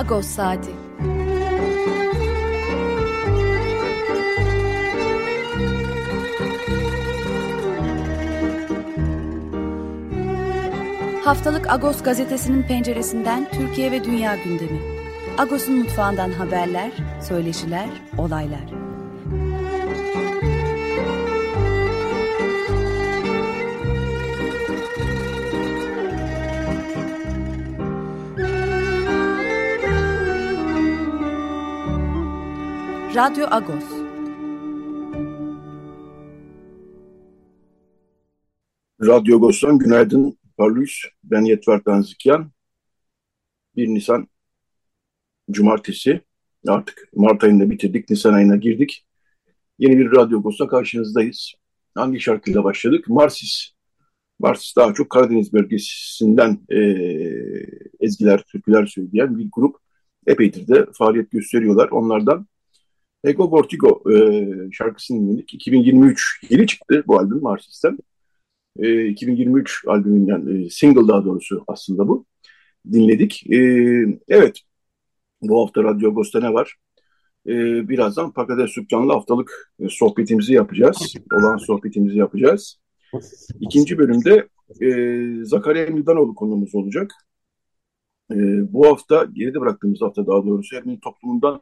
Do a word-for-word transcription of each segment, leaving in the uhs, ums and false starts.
Agos Saati. Haftalık Agos gazetesinin penceresinden Türkiye ve dünya gündemi. Agos'un mutfağından haberler, söyleşiler, olaylar. Radyo Agos. Radyo Agos'tan günaydın Parlus. Ben Yetver Tanzikyan. bir Nisan Cumartesi. Artık Mart ayında bitirdik. Nisan ayına girdik. Yeni bir Radyo Agos'ta karşınızdayız. Hangi şarkıyla başladık? Marsis. Marsis daha çok Karadeniz bölgesinden e, ezgiler, türküler söyleyen bir grup. Epeydir de faaliyet gösteriyorlar. Onlardan Ego Vortigo e, şarkısını dinledik. iki bin yirmi üç yeni çıktı bu albüm Marsis'ten. E, iki bin yirmi üç albümün yani single daha doğrusu aslında bu. Dinledik. E, evet, bu hafta Radyo Agos'ta ne var? E, birazdan Patates Sübcan'la haftalık e, sohbetimizi yapacağız. Olan sohbetimizi yapacağız. İkinci bölümde e, Zakariya Emildanoğlu konuğumuz olacak. E, bu hafta, geride bıraktığımız hafta daha doğrusu Ermeni toplumundan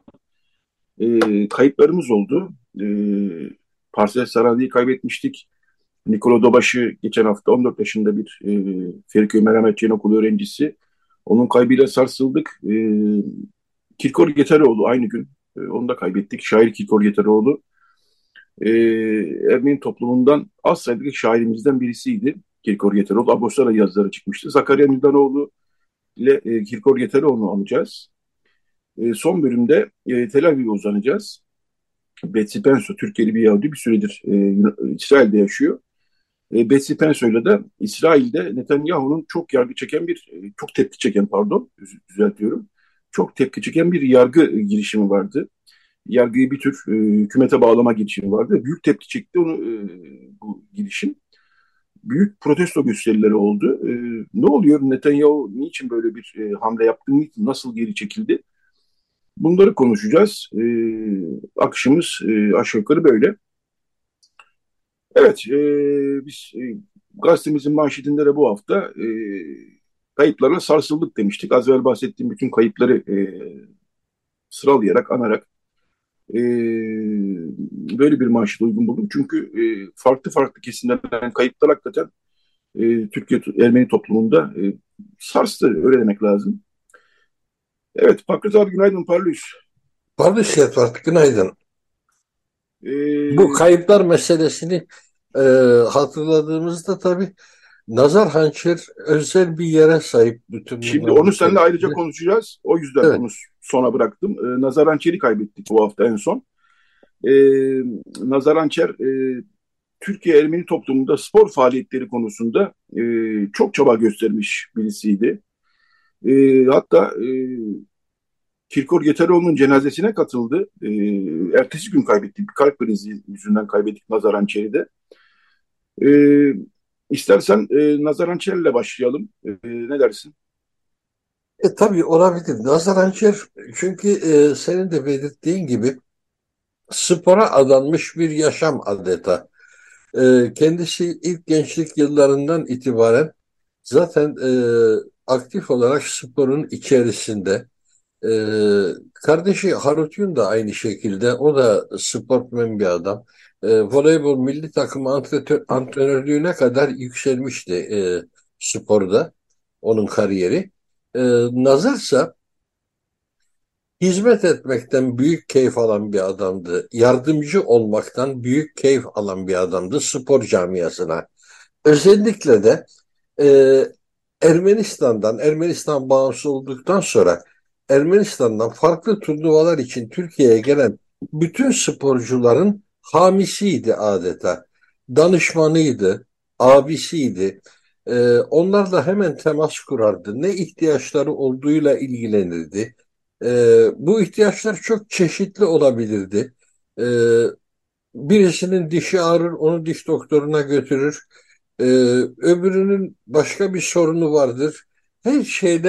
e, kayıplarımız oldu. E, Parsel Saraylı'yı kaybetmiştik. Nikola Dobaş'ı geçen hafta on dört yaşında bir e, Feriköy Merhametçiğin okulu öğrencisi. Onun kaybıyla sarsıldık. E, Kirkor Yeteroğlu aynı gün. E, onu da kaybettik. Şair Kirkor Yeteroğlu. E, Ermeni toplumundan az sayıdaki şairimizden birisiydi. Kirkor Yeteroğlu. Agoslara yazıları çıkmıştı. Zakariya Mildanoğlu ile e, Kirkor Yeteroğlu'nu alacağız. E, son bölümde e, Tel Aviv'e uzanacağız. Betsy Penso, Türkiye'li bir Yahudi bir süredir e, İsrail'de yaşıyor. E, Betsy Penso'yla da İsrail'de Netanyahu'nun çok yargı çeken bir, e, çok tepki çeken pardon, düzeltiyorum. Çok tepki çeken bir yargı e, girişimi vardı. Yargıyı bir tür e, hükümete bağlama girişimi vardı. Büyük tepki çekti onu e, bu girişim. Büyük protesto gösterileri oldu. E, ne oluyor? Netanyahu niçin böyle bir e, hamle yaptı? Nasıl geri çekildi? Bunları konuşacağız. E, akışımız e, aşağı yukarı böyle. Evet, e, biz e, gazetemizin manşetinde de bu hafta e, kayıplarla sarsıldık demiştik. Az evvel bahsettiğim bütün kayıpları e, sıralayarak, anarak e, böyle bir manşet uygun buldum. Çünkü e, farklı farklı kesimlerden kayıplar hakikaten e, Türkiye Ermeni toplumunda e, sarstı, öyle demek lazım. Evet, Pakrat abi günaydın, parlıyız. Barış Yetver, günaydın. Bu E, kayıplar meselesini e, hatırladığımızda tabii nazar hançer özel bir yere sahip bütün Şimdi bunların onu seninle ayrıca içerisinde. konuşacağız. O yüzden Evet, onu sona bıraktım. E, Nazaran Çelik'i kaybettik bu hafta en son. E, Nazarançer e, Türkiye Ermeni toplumunda spor faaliyetleri konusunda e, çok çaba göstermiş birisiydi. E, hatta e, Kirkor Yeteroğlu'nun cenazesine katıldı. E, ertesi gün kaybettik. Bir kalp krizi yüzünden kaybettik Nazarançer'i de. E, istersen e, Nazarançer'le başlayalım. E, ne dersin? e, tabii olabilir. Nazar hançer çünkü e, senin de belirttiğin gibi spora adanmış bir yaşam adeta. E, kendisi ilk gençlik yıllarından itibaren zaten e, aktif olarak sporun içerisinde. Ee, kardeşi Harutyun da aynı şekilde. O da sportmen bir adam. Ee, voleybol milli takım antrenör, antrenörlüğüne kadar yükselmişti e, sporda. Onun kariyeri. Ee, Nazırsa hizmet etmekten büyük keyif alan bir adamdı. Yardımcı olmaktan büyük keyif alan bir adamdı spor camiasına. Özellikle de e, Ermenistan'dan, Ermenistan bağımsız olduktan sonra Ermenistan'dan farklı turnuvalar için Türkiye'ye gelen bütün sporcuların hamisiydi adeta. Danışmanıydı, abisiydi. E, onlarla hemen temas kurardı. Ne ihtiyaçları olduğuyla ilgilenirdi. E, bu ihtiyaçlar çok çeşitli olabilirdi. E, Birisinin dişi ağrır, onu diş doktoruna götürür. Ee, Öbürünün başka bir sorunu vardır. Her şeyde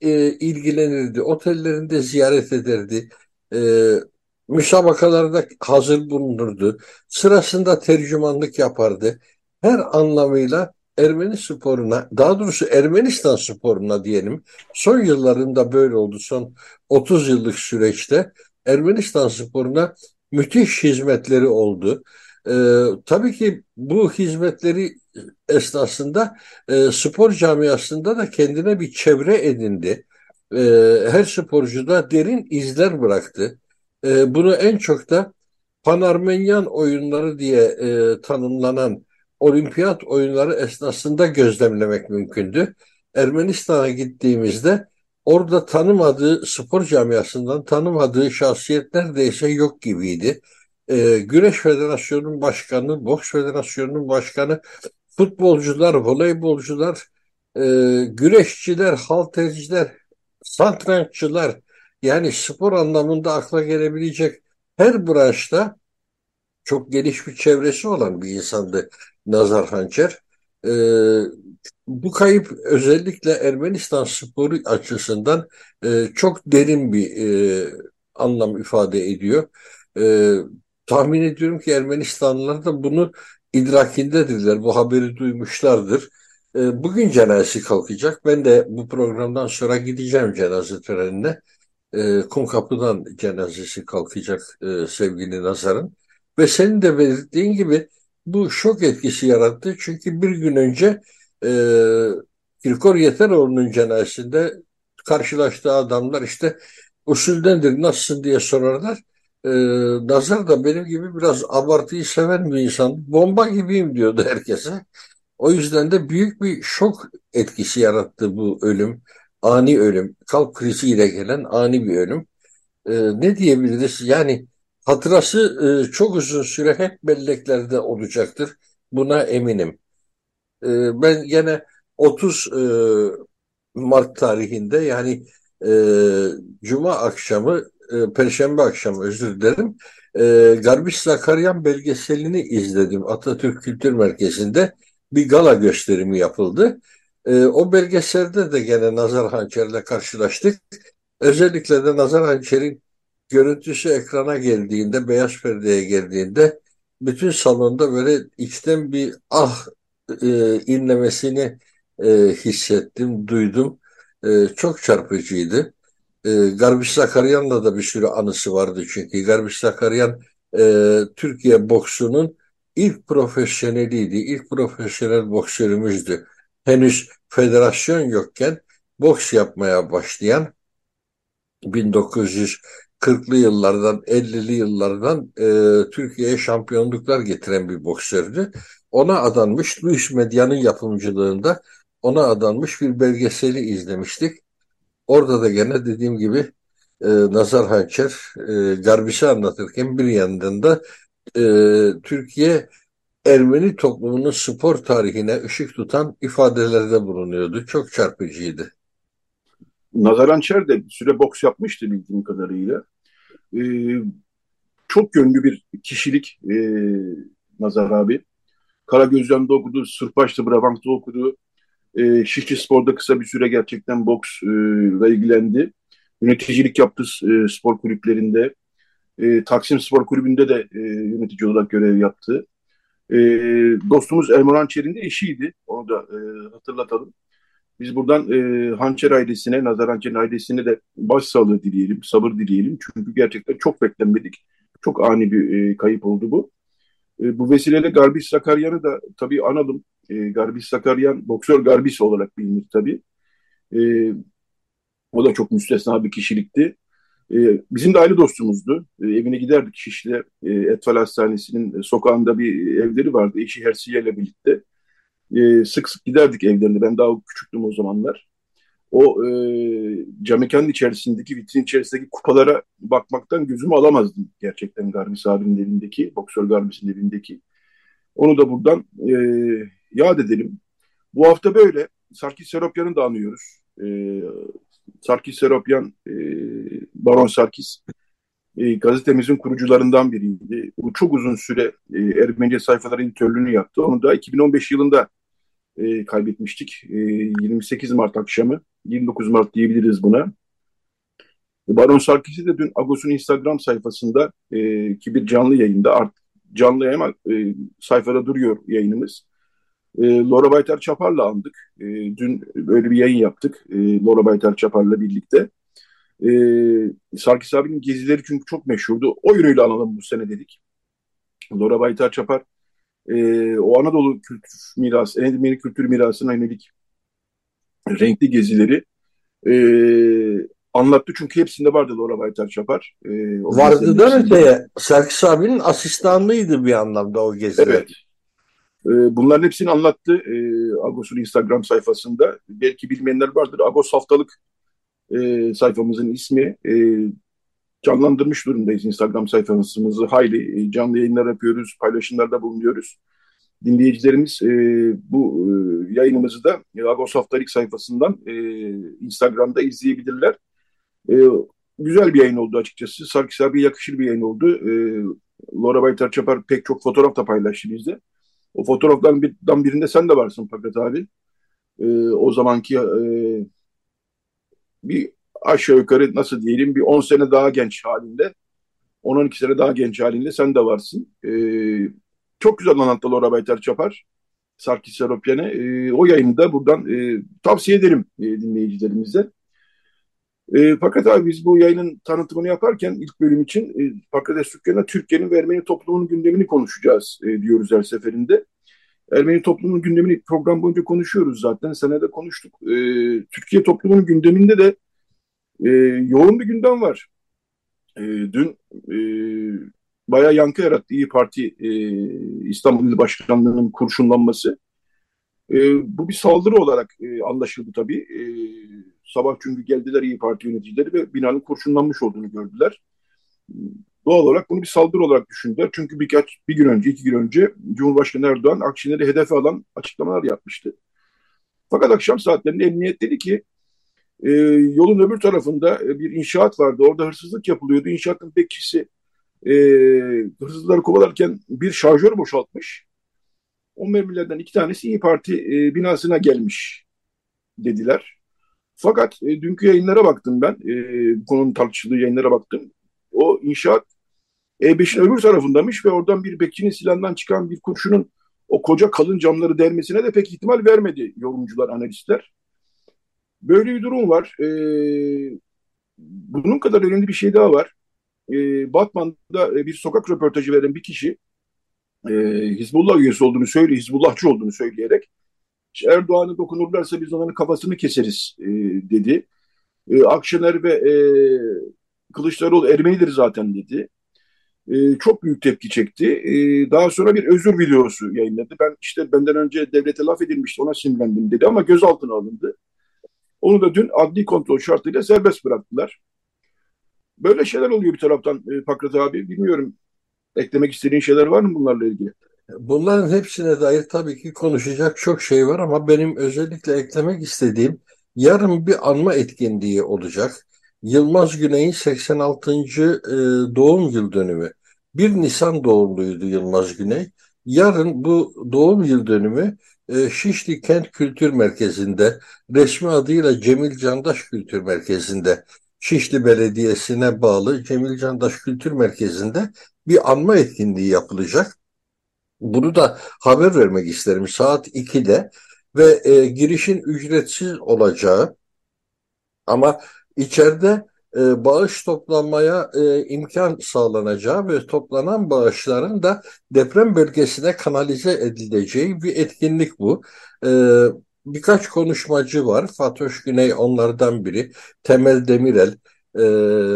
e, ilgilenirdi. Otellerinde ziyaret ederdi. E, Müsabakalarda hazır bulunurdu. Sırasında tercümanlık yapardı. Her anlamıyla Ermeni sporuna, daha doğrusu Ermenistan sporuna diyelim, son yıllarında böyle oldu. Son otuz yıllık süreçte Ermenistan sporuna müthiş hizmetleri oldu. Ee, tabii ki bu hizmetleri esnasında e, spor camiasında da kendine bir çevre edindi. E, Her sporcu da derin izler bıraktı. E, bunu en çok da Panarmenyan oyunları diye e, tanımlanan olimpiyat oyunları esnasında gözlemlemek mümkündü. Ermenistan'a gittiğimizde orada tanımadığı spor camiasından tanımadığı şahsiyet neredeyse yok gibiydi. E, Güreş Federasyonu'nun başkanı, Boks Federasyonu'nun başkanı, futbolcular, voleybolcular, e, güreşçiler, halterciler, satranççılar, yani spor anlamında akla gelebilecek her branşta çok geniş bir çevresi olan bir insandı Nazar Hançer. E, Bu kayıp özellikle Ermenistan sporu açısından e, çok derin bir e, anlam ifade ediyor. E, Tahmin ediyorum ki Ermenistanlılar da bunu idrakindedirler, bu haberi duymuşlardır. E, bugün cenazesi kalkacak. Ben de bu programdan sonra gideceğim cenaze törenine. E, Kumkapı'dan cenazesi kalkacak e, sevgili Nazar'ın. Ve senin de belirttiğin gibi bu şok etkisi yarattı. Çünkü bir gün önce e, Kirkor Yeteroğlu'nun cenazesinde karşılaştığı adamlar işte usuldendir, nasılsın diye sorarlar. E, Nazar da benim gibi biraz abartıyı seven bir insan. Bomba gibiyim diyordu herkese. O yüzden de büyük bir şok etkisi yarattı bu ölüm. Ani ölüm, kalp kriziyle gelen ani bir ölüm. Ee, ne diyebiliriz? Yani hatırası e, çok uzun süre hep belleklerde olacaktır. Buna eminim. Ee, ben gene otuz e, Mart tarihinde, yani e, Cuma akşamı, e, Perşembe akşamı özür dilerim, e, Garbis Zakaryan belgeselini izledim. Atatürk Kültür Merkezi'nde bir gala gösterimi yapıldı. E, o belgeselde de gene Nazar Hançer'le karşılaştık. Özellikle de Nazar Hançer'in görüntüsü ekrana geldiğinde, beyaz perdeye geldiğinde bütün salonda böyle içten bir ah e, inlemesini e, hissettim, duydum. E, çok çarpıcıydı. E, Garbis Zakaryan'la da bir sürü anısı vardı çünkü. Garbis Zakaryan e, Türkiye boksunun ilk profesyoneliydi, ilk profesyonel boksörümüzdü. Henüz federasyon yokken boks yapmaya başlayan, bin dokuz yüz kırklı yıllardan, ellili yıllardan e, Türkiye'ye şampiyonluklar getiren bir boksördü. Ona adanmış, Luis Medya'nın yapımcılığında ona adanmış bir belgeseli izlemiştik. Orada da gene dediğim gibi e, Nazar Hançer e, Garbis'i anlatırken bir yandan da e, Türkiye Ermeni toplumunun spor tarihine ışık tutan ifadelerde bulunuyordu. Çok çarpıcıydı. Nazar Hançer de bir süre boks yapmıştı bildiğim kadarıyla. Ee, Çok yönlü bir kişilik e, Nazar abi. Karagözlem'de okudu, Sırpaş'ta, Brabant'ta okudu. E, Şişli Spor'da kısa bir süre gerçekten boksla ilgilendi. Yöneticilik yaptı e, spor kulüplerinde. E, Taksim Spor Kulübü'nde de e, yönetici olarak görev yaptı. E, Dostumuz Erman Hançer'in de eşiydi. Onu da e, hatırlatalım. Biz buradan e, Hançer ailesine, Nazar Hançer'in ailesine de başsağlığı dileyelim, sabır dileyelim. Çünkü gerçekten çok beklenmedik. Çok ani bir e, kayıp oldu bu. E, bu vesileyle Garbis Sakaryan'ı da tabii analım. E, Garbis Sakaryan, boksör Garbis olarak bilinir tabii. E, O da çok müstesna bir kişilikti. E, Bizim de aile dostumuzdu. E, evine giderdik Şişli'de. E, Etfal Hastanesi'nin sokağında bir evleri vardı. Eşi Hersiye ile birlikte. E, sık sık giderdik evlerine. Ben daha küçüktüm o zamanlar. O e, camekanın içerisindeki, vitrin içerisindeki kupalara bakmaktan gözümü alamazdım gerçekten Garbis abinin elindeki, boksör Garbis'in elindeki. Onu da buradan e, yad edelim. Bu hafta böyle. Sarkis Seropyan'ı da anıyoruz. E, Sarkis Seropyan, e, Baron Sarkis, e, gazetemizin kurucularından biriydi. Bu çok uzun süre e, Ermenice sayfaların editörlüğünü yaptı. Onu da iki bin on beş yılında e, kaybetmiştik. E, yirmi sekiz Mart akşamı. yirmi dokuz Mart diyebiliriz buna. Baron Sarkis'i de dün Agos'un Instagram sayfasında e, ki bir canlı yayında artık canlı yayın ama e, sayfada duruyor yayınımız. E, Laura Baytar Çapar'la andık. E, dün böyle bir yayın yaptık e, Laura Baytar Çapar'la birlikte. E, Sarkis abinin gezileri çünkü çok meşhurdu. O yönüyle alalım bu sene dedik. Laura Baytar Çapar e, o Anadolu kültür mirası, Endemiri kültür mirasına yönelik renkli gezileri e, anlattı. Çünkü hepsinde vardı Laura Baytar Çapar. E, o gezilerin Vardıdan hepsinde. öteye Serkis abinin asistanlığıydı bir anlamda o geziler. Evet. E, bunların hepsini anlattı e, Agos'un Instagram sayfasında. Belki bilmeyenler vardır. Agos Haftalık e, sayfamızın ismi. E, canlandırmış durumdayız Instagram sayfamızı. Hayli e, canlı yayınlar yapıyoruz, paylaşımlarda bulunuyoruz. Dinleyicilerimiz e, bu e, yayınımızı da e, Agos Haftalık sayfasından e, Instagram'da izleyebilirler. E, güzel bir yayın oldu açıkçası. Sarkis abi yakışır bir yayın oldu. E, Laura Baytar Çapar pek çok fotoğraf da paylaştı bizde. O fotoğraflardan birinde sen de varsın Fakat abi. E, o zamanki e, bir aşağı yukarı nasıl diyelim bir on sene daha genç halinde, on on iki sene daha genç halinde sen de varsın. E, çok güzel anlattı Laura Baytar Çapar. Sarkis Seropyan'e. E, o yayını da buradan e, tavsiye ederim e, dinleyicilerimize. E, fakat abi biz bu yayının tanıtımını yaparken ilk bölüm için e, Pakades Dükkanı'na Türkiye'nin ve Ermeni toplumunun gündemini konuşacağız e, diyoruz her seferinde. Ermeni toplumunun gündemini program boyunca konuşuyoruz zaten. Senede konuştuk. E, Türkiye toplumunun gündeminde de e, yoğun bir gündem var. E, dün e, bayağı yankı yarattı İyi Parti e, İstanbul İl Başkanlığı'nın kurşunlanması. E, bu bir saldırı olarak e, anlaşıldı tabii. E, sabah çünkü geldiler İyi Parti yöneticileri ve binanın kurşunlanmış olduğunu gördüler. Doğal olarak bunu bir saldırı olarak düşündüler. Çünkü birkaç bir gün önce, iki gün önce Cumhurbaşkanı Erdoğan Akşener'i hedefe alan açıklamalar yapmıştı. Fakat akşam saatlerinde emniyet dedi ki e, yolun öbür tarafında e, bir inşaat vardı. Orada hırsızlık yapılıyordu. İnşaatın bekçisi e, hırsızları kovalarken bir şarjör boşaltmış. O mermilerden iki tanesi İyi Parti e, binasına gelmiş dediler. Fakat e, dünkü yayınlara baktım ben. E, bu konunun tartışıldığı yayınlara baktım. O inşaat E beşin öbür tarafındamış ve oradan bir bekçinin silahından çıkan bir kurşunun o koca kalın camları delmesine de pek ihtimal vermedi yorumcular, analistler. Böyle bir durum var. E, bunun kadar önemli bir şey daha var. E, Batman'da e, bir sokak röportajı veren bir kişi e, Hizbullah üyesi olduğunu söylüyor, Hizbullahçı olduğunu söyleyerek Erdoğan'ı dokunurlarsa biz onların kafasını keseriz e, dedi. E, Akşener ve e, Kılıçdaroğlu Ermenidir zaten dedi. E, çok büyük tepki çekti. E, daha sonra bir özür videosu yayınladı. Ben işte benden önce devlete laf edilmişti ona sinirlendim dedi ama gözaltına alındı. Onu da dün adli kontrol şartıyla serbest bıraktılar. Böyle şeyler oluyor bir taraftan e, Pakrat abi. Bilmiyorum eklemek istediğin şeyler var mı bunlarla ilgili? Bunların hepsine dair tabii ki konuşacak çok şey var ama benim özellikle eklemek istediğim yarın bir anma etkinliği olacak. Yılmaz Güney'in seksen altıncı e, doğum yıl dönümü. bir Nisan doğumluydu Yılmaz Güney. Yarın bu doğum yıl dönümü e, Şişli Kent Kültür Merkezi'nde, resmi adıyla Cemil Candaş Kültür Merkezi'nde, Şişli Belediyesi'ne bağlı Cemil Candaş Kültür Merkezi'nde bir anma etkinliği yapılacak. Bunu da haber vermek isterim saat ikide ve e, girişin ücretsiz olacağı ama içeride e, bağış toplanmaya e, imkan sağlanacağı ve toplanan bağışların da deprem bölgesine kanalize edileceği bir etkinlik bu. E, birkaç konuşmacı var. Fatoş Güney onlardan biri. Temel Demirel e,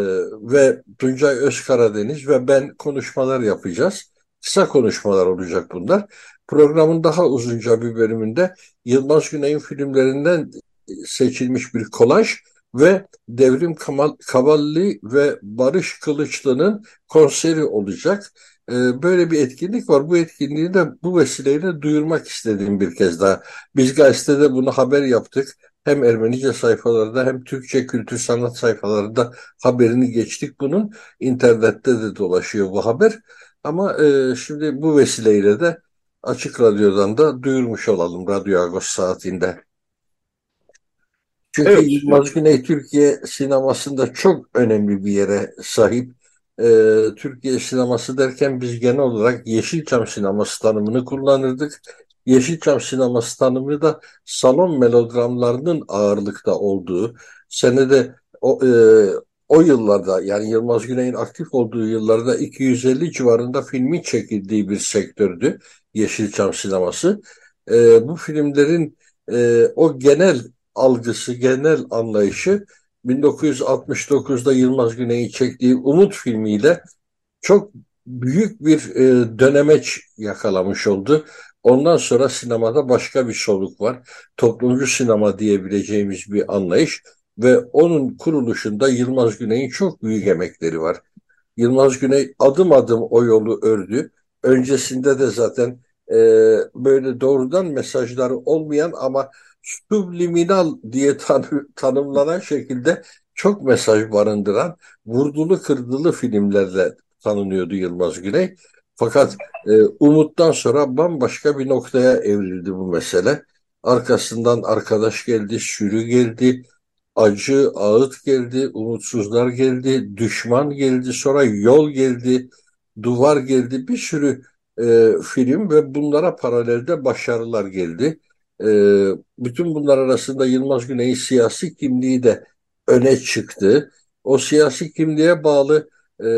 ve Tuncay Özkaradeniz ve ben konuşmalar yapacağız. Kısa konuşmalar olacak bunlar. Programın daha uzunca bir bölümünde Yılmaz Güney'in filmlerinden seçilmiş bir kolaj ve Devrim Kamal, Kavalli ve Barış Kılıçlı'nın konseri olacak. Ee, böyle bir etkinlik var. Bu etkinliği de bu vesileyle duyurmak istedim bir kez daha. Biz gazetede bunu haber yaptık. Hem Ermenice sayfalarda hem Türkçe kültür sanat sayfalarında haberini geçtik bunun. İnternette de dolaşıyor bu haber. Ama e, şimdi bu vesileyle de Açık Radyo'dan da duyurmuş olalım Radyo Agos saatinde. Çünkü Evet, Yılmaz Güney Türkiye sinemasında çok önemli bir yere sahip. Ee, Türkiye sineması derken biz genel olarak Yeşilçam sineması tanımını kullanırdık. Yeşilçam sineması tanımı da salon melodramlarının ağırlıkta olduğu, senede o, e, o yıllarda, yani Yılmaz Güney'in aktif olduğu yıllarda iki yüz elli civarında filmin çekildiği bir sektördü Yeşilçam sineması. Ee, bu filmlerin e, o genel algısı, genel anlayışı bin dokuz yüz altmış dokuzda Yılmaz Güney'in çektiği Umut filmiyle çok büyük bir e, dönemeç yakalamış oldu. Ondan sonra sinemada başka bir soluk var. Toplumcu sinema diyebileceğimiz bir anlayış ve onun kuruluşunda Yılmaz Güney'in çok büyük emekleri var. Yılmaz Güney adım adım o yolu ördü. Öncesinde de zaten e, böyle doğrudan mesajları olmayan ama subliminal diye tanı- tanımlanan şekilde çok mesaj barındıran vurdulu kırdılı filmlerle tanınıyordu Yılmaz Güney. Fakat e, Umut'tan sonra bambaşka bir noktaya evrildi bu mesele. Arkasından Arkadaş geldi, Sürü geldi, Acı, Ağıt geldi, Umutsuzlar geldi, Düşman geldi, sonra Yol geldi, Duvar geldi, bir sürü e, film ve bunlara paralelde başarılar geldi. E, Bütün bunlar arasında Yılmaz Güney'in siyasi kimliği de öne çıktı. O siyasi kimliğe bağlı e,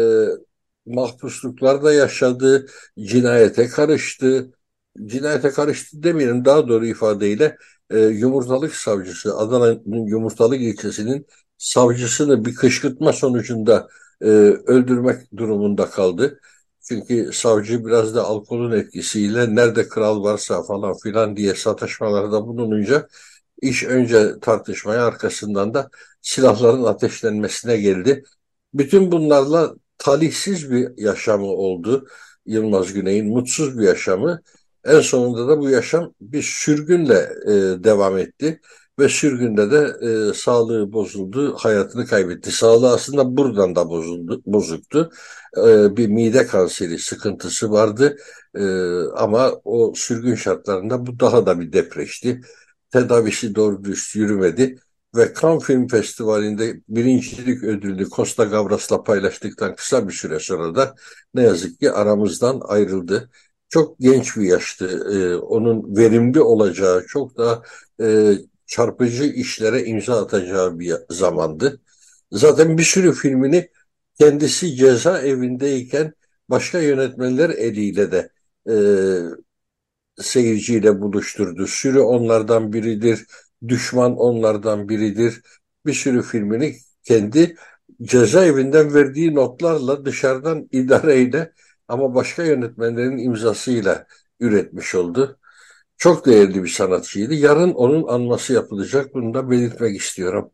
mahpusluklarda yaşadı, cinayete karıştı. Cinayete karıştı demeyelim, daha doğru ifadeyle e, Yumurtalık savcısı, Adana'nın Yumurtalık ilçesinin savcısını bir kışkırtma sonucunda e, öldürmek durumunda kaldı. Çünkü savcı biraz da alkolün etkisiyle nerede kral varsa falan filan diye sataşmalarda bulununca iş önce tartışmaya, arkasından da silahların ateşlenmesine geldi. Bütün bunlarla talihsiz bir yaşamı oldu Yılmaz Güney'in, mutsuz bir yaşamı. En sonunda da bu yaşam bir sürgünle e, devam etti ve sürgünde de e, sağlığı bozuldu, hayatını kaybetti. Sağlığı aslında buradan da bozuldu, bozuktu. E, bir mide kanseri sıkıntısı vardı. E, Ama o sürgün şartlarında bu daha da bir depreşti. Tedavisi doğru dürüst yürümedi ve Cannes Film Festivali'nde birincilik ödülünü Costa Gavras'la paylaştıktan kısa bir süre sonra da ne yazık ki aramızdan ayrıldı. Çok genç bir yaştı. Ee, onun verimli olacağı, çok daha e, çarpıcı işlere imza atacağı bir zamandı. Zaten bir sürü filmini kendisi cezaevindeyken başka yönetmenler eliyle de e, seyirciyle buluşturdu. Sürü onlardan biridir, Düşman onlardan biridir. Bir sürü filmini kendi cezaevinden verdiği notlarla, dışarıdan idareyle ama başka yönetmenlerin imzasıyla üretmiş oldu. Çok değerli bir sanatçıydı. Yarın onun anması yapılacak. Bunu da belirtmek istiyorum.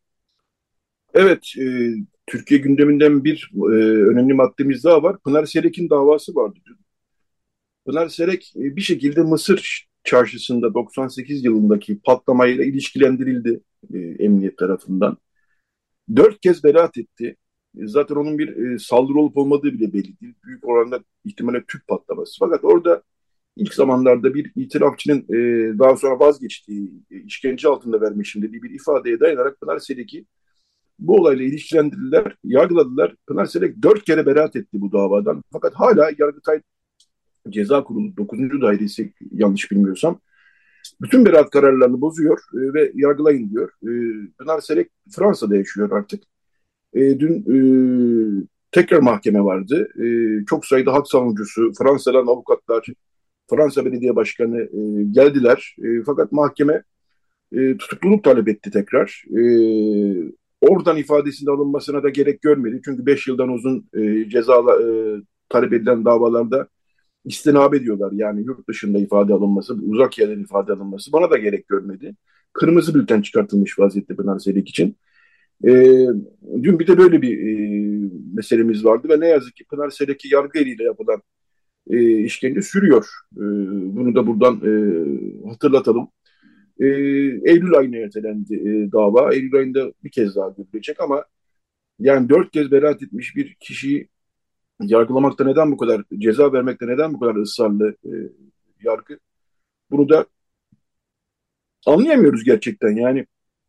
evet. E, Türkiye gündeminden bir e, önemli maddemiz daha var. Pınar Selek'in davası vardı. Pınar Selek e, bir şekilde Mısır çarşısında doksan sekiz yılındaki patlamayla ilişkilendirildi e, emniyet tarafından. Dört kez beraat etti. E, Zaten onun bir e, saldırı olup olmadığı bile belli değil. Büyük oranda ihtimalle tüp patlaması. Fakat orada ilk zamanlarda bir itirafçının e, daha sonra vazgeçtiği, e, işkence altında vermişim dediği bir ifadeye dayanarak Pınar Selek'i bu olayla ilişkilendirdiler, yargıladılar. Pınar Selek dört kere beraat etti bu davadan. Fakat hala Yargıtay Ceza Kurulu dokuzuncu dairesi, yanlış bilmiyorsam, bütün beraat kararlarını bozuyor e, ve yargılayın diyor. E, Pınar Selek Fransa'da yaşıyor artık. E, dün e, tekrar mahkeme vardı. E, çok sayıda hak savunucusu, Fransa'dan avukatlar, Fransa Belediye Başkanı e, geldiler. E, fakat mahkeme e, tutukluluk talep etti tekrar. E, oradan ifadesinde alınmasına da gerek görmedi. Çünkü beş yıldan uzun e, ceza e, talep edilen davalarda istinab ediyorlar. Yani yurt dışında ifade alınması, uzak yerden ifade alınması bana da gerek görmedi. Kırmızı bülten çıkartılmış vaziyette Pınar Selek için. E, Dün bir de böyle bir e, meselemiz vardı ve ne yazık ki Pınar Selek'i yargı eliyle yapılan e, işkence sürüyor. E, bunu da buradan e, hatırlatalım. E, Eylül ayına ertelendi e, dava. Eylül ayında bir kez daha görülecek ama yani dört kez beraat etmiş bir kişiyi yargılamakta neden bu kadar, ceza vermekte neden bu kadar ısrarlı e, yargı? Bunu da anlayamıyoruz gerçekten. Yani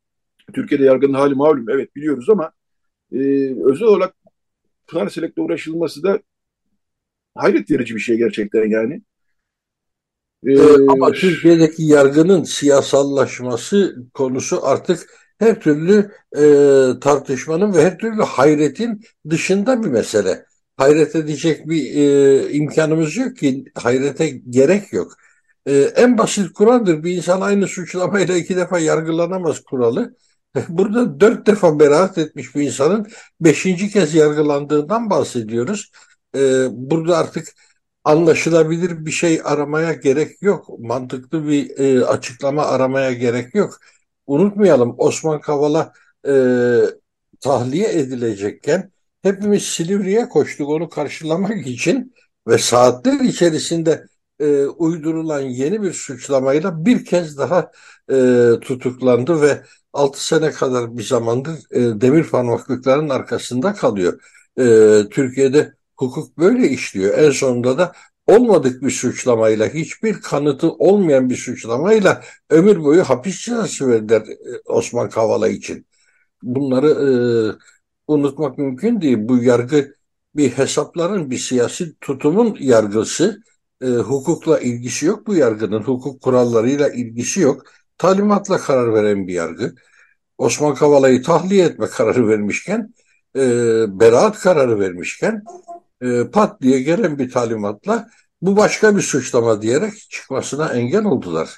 Türkiye'de yargının hali malum, evet biliyoruz ama e, özel olarak Pınar Selek'le uğraşılması da hayret verici bir şey gerçekten yani. E, E, ama Türkiye'deki yargının siyasallaşması konusu artık her türlü e, tartışmanın ve her türlü hayretin dışında bir mesele. Hayret edecek bir e, imkanımız yok ki, hayrete gerek yok. E, en basit kuraldır. Bir insan aynı suçlamayla iki defa yargılanamaz kuralı. Burada dört defa beraat etmiş bir insanın beşinci kez yargılandığından bahsediyoruz. E, burada artık anlaşılabilir bir şey aramaya gerek yok. Mantıklı bir e, açıklama aramaya gerek yok. Unutmayalım, Osman Kavala e, tahliye edilecekken hepimiz Silivri'ye koştuk onu karşılamak için ve saatler içerisinde e, uydurulan yeni bir suçlamayla bir kez daha e, tutuklandı ve altı sene kadar bir zamandır e, demir parmaklıkların arkasında kalıyor. E, Türkiye'de hukuk böyle işliyor. En sonunda da olmadık bir suçlamayla, hiçbir kanıtı olmayan bir suçlamayla ömür boyu hapis cezası verdiler e, Osman Kavala için. Bunları e, unutmak mümkün değil. Bu yargı bir hesapların, bir siyasi tutumun yargısı. E, hukukla ilgisi yok bu yargının. Hukuk kurallarıyla ilgisi yok. Talimatla karar veren bir yargı. Osman Kavala'yı tahliye etme kararı vermişken, e, beraat kararı vermişken e, pat diye gelen bir talimatla bu başka bir suçlama diyerek çıkmasına engel oldular.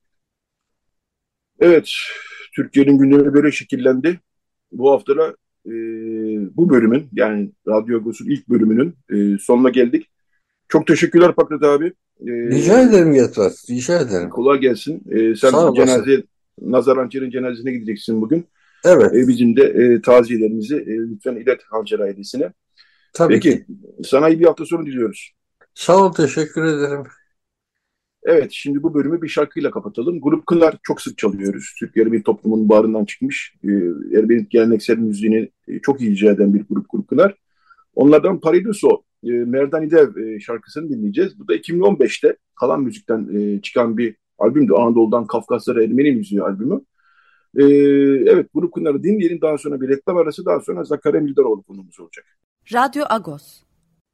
evet, Türkiye'nin gündemi böyle şekillendi. Bu hafta da e, bu bölümün, yani Radyo Agos'un ilk bölümünün e, sonuna geldik. Çok teşekkürler Pakrat abi. E, Rica ederim Yetvar, rica ederim. kolay gelsin. E, Sağ sen olasın. cenaze, Nazar Hançer'in cenazesine gideceksin bugün. Evet, E, bizim de e, taziyelerimizi e, lütfen ilet Hançer ailesine. tabii Peki, ki. sana iyi bir hafta sonu diliyoruz. Sağ ol, teşekkür ederim. Evet, şimdi bu bölümü bir şarkıyla kapatalım. Grup Kınar çok sık çalıyoruz. Türk Erbil toplumunun bağrından çıkmış. E, Erbil geleneksel müziğini e, çok iyi icra eden bir grup Grup Kınar. Onlardan Pariduso, e, Merdanidev e, şarkısını dinleyeceğiz. Bu da iki bin on beşte Kalan Müzik'ten e, çıkan bir albümdü. Anadolu'dan Kafkaslara Ermeni müziği albümü. E, evet, Grup Kınar'ı dinleyelim. Daha sonra bir reklam arası, daha sonra Zakarya Mildaroğlu konumuz olacak. Radyo Agos.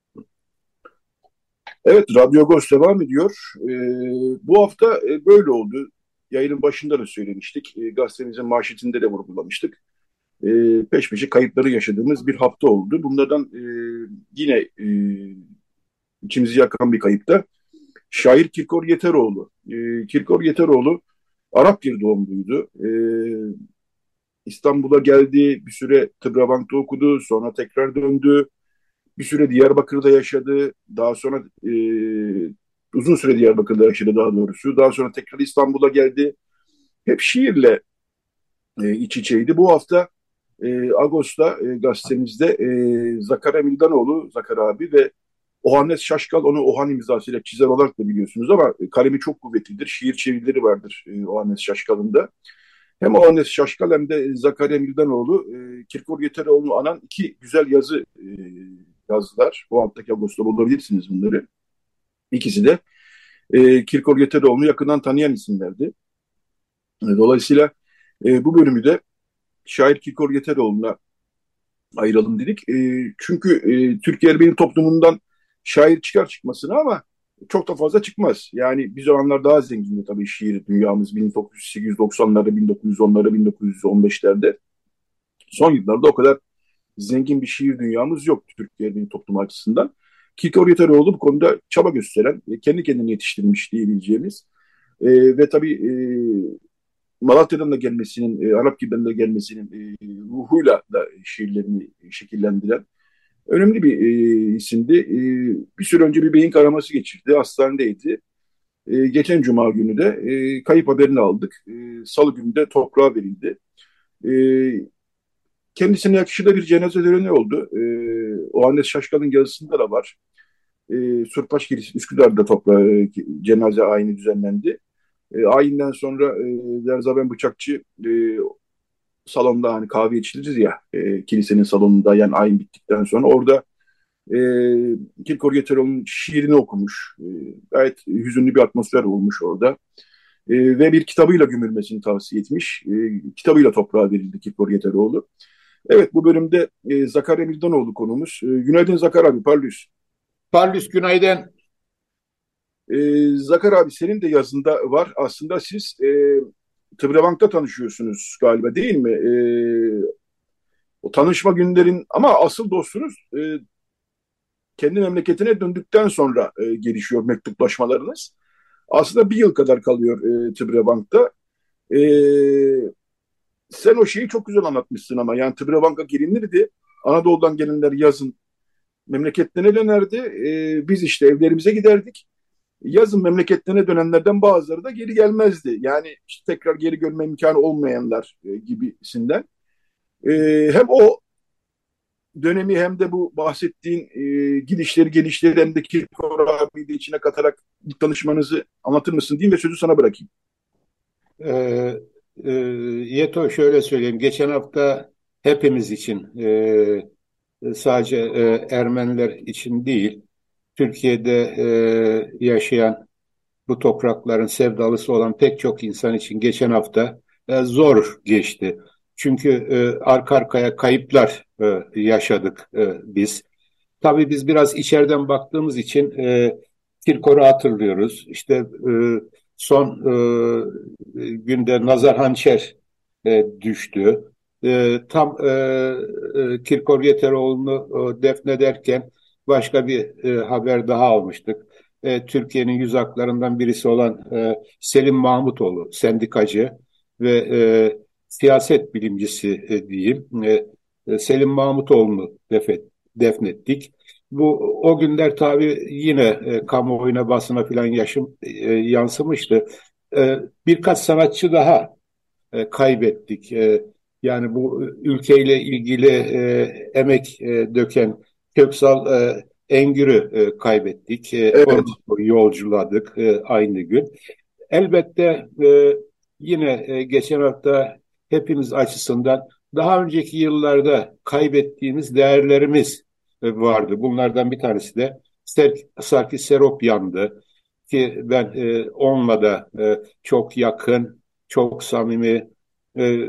Evet, Radyo Agos devam ediyor. E, bu hafta e, böyle oldu. Yayının başında da söylemiştik. E, gazetemizin manşetinde de vurgulamıştık. E, peş peşe kayıpları yaşadığımız bir hafta oldu. Bunlardan e, yine e, içimizi yakan bir kayıp da şair Kirkor Yeteroğlu. E, Kirkor Yeteroğlu Arap bir doğumluydu. E, İstanbul'a geldi, bir süre Tıbrabank'ta okudu, sonra tekrar döndü. Bir süre Diyarbakır'da yaşadı. Daha sonra e, uzun süre Diyarbakır'da yaşadı daha doğrusu. Daha sonra tekrar İstanbul'a geldi. Hep şiirle e, iç içeydi. Bu hafta e, Ağustos'ta e, gazetemizde e, Zakara Mildanoğlu, Zakar abi ve Ohannes Şaşkal, onu Ohan imzasıyla çizer olarak da biliyorsunuz ama kalemi çok kuvvetlidir. Şiir çevirileri vardır e, Ohannes Şaşkal'ın da. Hem Ohannes Şaşkal hem de Zakariya Mildanoğlu e, Kirkor Yeteroğlu'nu anan iki güzel yazı e, yazdılar. Bu alttaki Ağustos'ta bulabilirsiniz bunları. İkisi de e, Kirkor Yeteroğlu'nu yakından tanıyan isimlerdi. E, dolayısıyla e, bu bölümü de şair Kirkor Yeteroğlu'na ayıralım dedik. E, çünkü e, Türkiye Ermeni toplumundan şair çıkar çıkmasına ama çok da fazla çıkmaz. Yani bir zamanlar daha zengindi tabii şiir dünyamız bin dokuz yüz doksanlarda, bin dokuz yüz onlarda, bin dokuz yüz on beşlerde. Son yıllarda o kadar zengin bir şiir dünyamız yok Türkiye Ermeni toplumu açısından. Kirkor Yeteroğlu bu konuda çaba gösteren, kendi kendini yetiştirmiş diyebileceğimiz e, ve tabii e, Malatya'dan da gelmesinin, e, Arapgir'den de gelmesinin e, ruhuyla da şiirlerini şekillendiren önemli bir e, isimdi. E, bir süre önce bir beyin kanaması geçirdi, hastanedeydi. E, geçen Cuma günü de e, kayıp haberini aldık. E, Salı günü de toprağa verildi. E, kendisine yakışıklı bir cenaze töreni oldu. E, Ohannes Şaşkal'ın yazısında da var. E, Surpaş Kilisi Üsküdar'da toprağa e, cenaze ayini düzenlendi. E, ayinden sonra e, Zerzaben Bıçakçı e, salonda hani kahve içiliriz ya e, kilisenin salonunda yani ayin bittikten sonra orada e, Kirkor Yeteroğlu'nun şiirini okumuş. E, gayet hüzünlü bir atmosfer olmuş orada. E, ve bir kitabıyla gömülmesini tavsiye etmiş. E, kitabıyla toprağa verildi Kirkor Yeteroğlu. Evet, bu bölümde e, Zakarya Mirdanoğlu konumuz. E, günaydın Zakar abi, parlıyız. Parlus günaydın. E, Zakar abi, senin de yazında var. Aslında siz e, Tıbrebank'ta tanışıyorsunuz galiba, değil mi? E, o tanışma günlerin ama asıl dostunuz e, kendi memleketine döndükten sonra e, gelişiyor mektuplaşmalarınız. Aslında bir yıl kadar kalıyor e, Tıbrebank'ta. E, Sen o şeyi çok güzel anlatmışsın ama. Yani Tıbrebank'a gelinirdi. Anadolu'dan gelenler yazın memleketlerine dönerdi. E, biz işte evlerimize giderdik. Yazın memleketlerine dönenlerden bazıları da geri gelmezdi. Yani işte tekrar geri görme imkanı olmayanlar e, gibisinden. E, hem o dönemi hem de bu bahsettiğin e, gidişleri gelişleri hem de Kirkor abiyi de içine katarak ilk tanışmanızı anlatır mısın diyeyim ve sözü sana bırakayım. Ee, e, Yeto şöyle söyleyeyim. Geçen hafta hepimiz için e, sadece e, Ermeniler için değil, Türkiye'de e, yaşayan bu toprakların sevdalısı olan pek çok insan için geçen hafta e, zor geçti. Çünkü e, arka arkaya kayıplar e, yaşadık e, biz. Tabii biz biraz içeriden baktığımız için e, Kirkor'u hatırlıyoruz. İşte e, son e, günde nazar hançer e, düştü. E, tam e, e, Kirkor Yeteroğlu'nu e, defnederken başka bir e, haber daha almıştık. E, Türkiye'nin yüz haklarından birisi olan e, Selim Mahmutoğlu, sendikacı ve e, siyaset bilimcisi e, diyeyim. E, e, Selim Mahmutoğlu'nu defet, defnettik. Bu o günler tabii yine e, kamuoyuna, basına filan yaşım e, yansımıştı. E, birkaç sanatçı daha e, kaybettik. E, yani bu ülkeyle ilgili e, emek e, döken Köksal e, Engür'ü e, kaybettik. E, Evet, onu yolculadık e, aynı gün. Elbette e, yine e, geçen hafta hepimiz açısından daha önceki yıllarda kaybettiğimiz değerlerimiz e, vardı. Bunlardan bir tanesi de Ser- Sarkis Seropyan'dı ki ben e, onunla da e, çok yakın, çok samimi, e,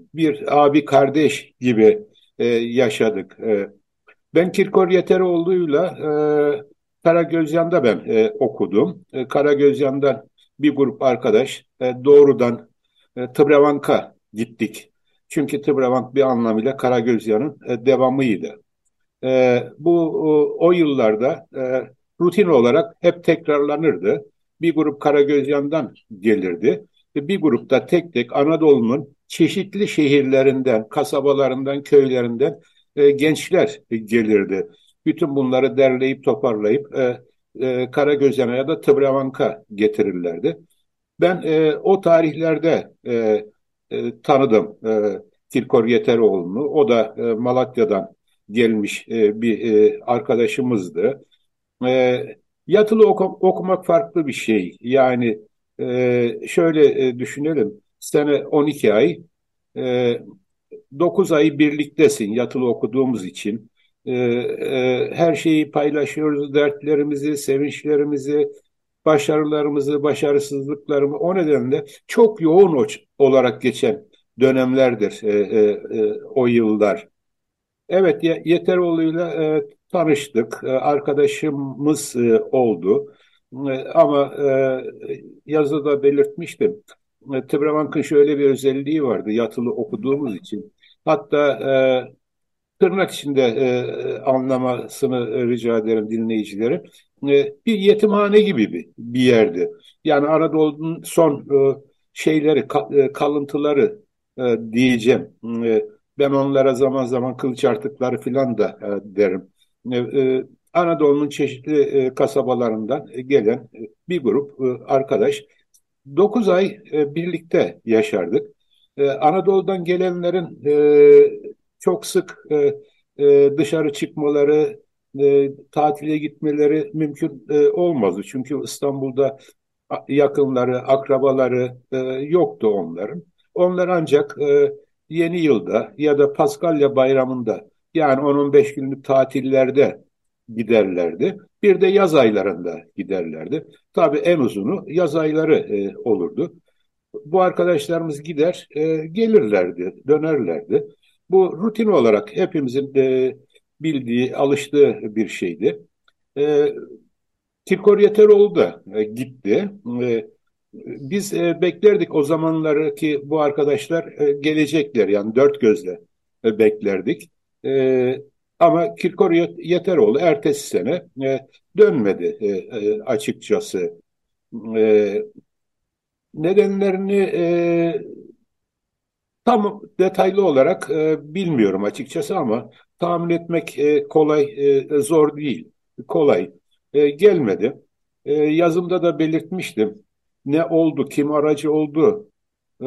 bir abi kardeş gibi e, yaşadık. E, ben Kirkor Yeteroğlu'yla e, Karagözyan'da ben e, okudum. E, Karagözyan'dan bir grup arkadaş e, doğrudan e, Tıbrevank'a gittik. Çünkü Tıbrevank bir anlamıyla Karagözyan'ın e, devamıydı. E, bu o, o yıllarda e, rutin olarak hep tekrarlanırdı. Bir grup Karagözyan'dan gelirdi. Ve bir grupta tek tek Anadolu'nun çeşitli şehirlerinden, kasabalarından, köylerinden e, gençler gelirdi. Bütün bunları derleyip toparlayıp e, e, Karagözyan'a ya da Tıbravank'a getirirlerdi. Ben e, o tarihlerde e, e, tanıdım e, Kirkor Yeteroğlu'nu. O da e, Malatya'dan gelmiş e, bir e, arkadaşımızdı. E, Yatılı oku- okumak farklı bir şey. Yani e, şöyle e, düşünelim. Sene on iki ay, e, dokuz ay birliktesin yatılı okuduğumuz için. E, e, her şeyi paylaşıyoruz, dertlerimizi, sevinçlerimizi, başarılarımızı, başarısızlıklarımı. O nedenle çok yoğun o- olarak geçen dönemlerdir e, e, e, o yıllar. Evet, Ye- Yeteroğlu'yla e, tanıştık. E, arkadaşımız e, oldu. E, ama e, yazıda belirtmiştim. E, Tıbrevank'ın şöyle bir özelliği vardı yatılı okuduğumuz için. Hatta e, tırnak içinde e, anlamasını rica ederim dinleyicilerin. E, bir yetimhane gibi bir, bir yerdi. Yani Anadolu'nun son e, şeyleri, ka- e, kalıntıları e, diyeceğim. E, ben onlara zaman zaman kılıç artıkları filan da e, derim. E, e, Anadolu'nun çeşitli e, kasabalarından gelen e, bir grup e, arkadaş dokuz ay e, birlikte yaşardık. E, Anadolu'dan gelenlerin e, çok sık e, e, dışarı çıkmaları, e, tatile gitmeleri mümkün e, olmazdı. Çünkü İstanbul'da a- yakınları, akrabaları e, yoktu onların. Onlar ancak e, yeni yılda ya da Paskalya bayramında yani on on beş günlük tatillerde giderlerdi. Bir de yaz aylarında giderlerdi. Tabii en uzunu yaz ayları e, olurdu. bu arkadaşlarımız gider, e, gelirlerdi, dönerlerdi. Bu rutin olarak hepimizin e, bildiği, alıştığı bir şeydi. E, Kirkor Yeteroğlu da e, gitti. E, biz e, beklerdik o zamanları ki bu arkadaşlar e, gelecekler, yani dört gözle e, beklerdik. E, Ama Kirkor Yeteroğlu ertesi sene e, dönmedi e, e, açıkçası. E, Nedenlerini e, tam detaylı olarak e, bilmiyorum açıkçası ama tahmin etmek e, kolay, e, zor değil. Kolay. E, gelmedi. E, yazımda da belirtmiştim. Ne oldu, kim aracı oldu, e,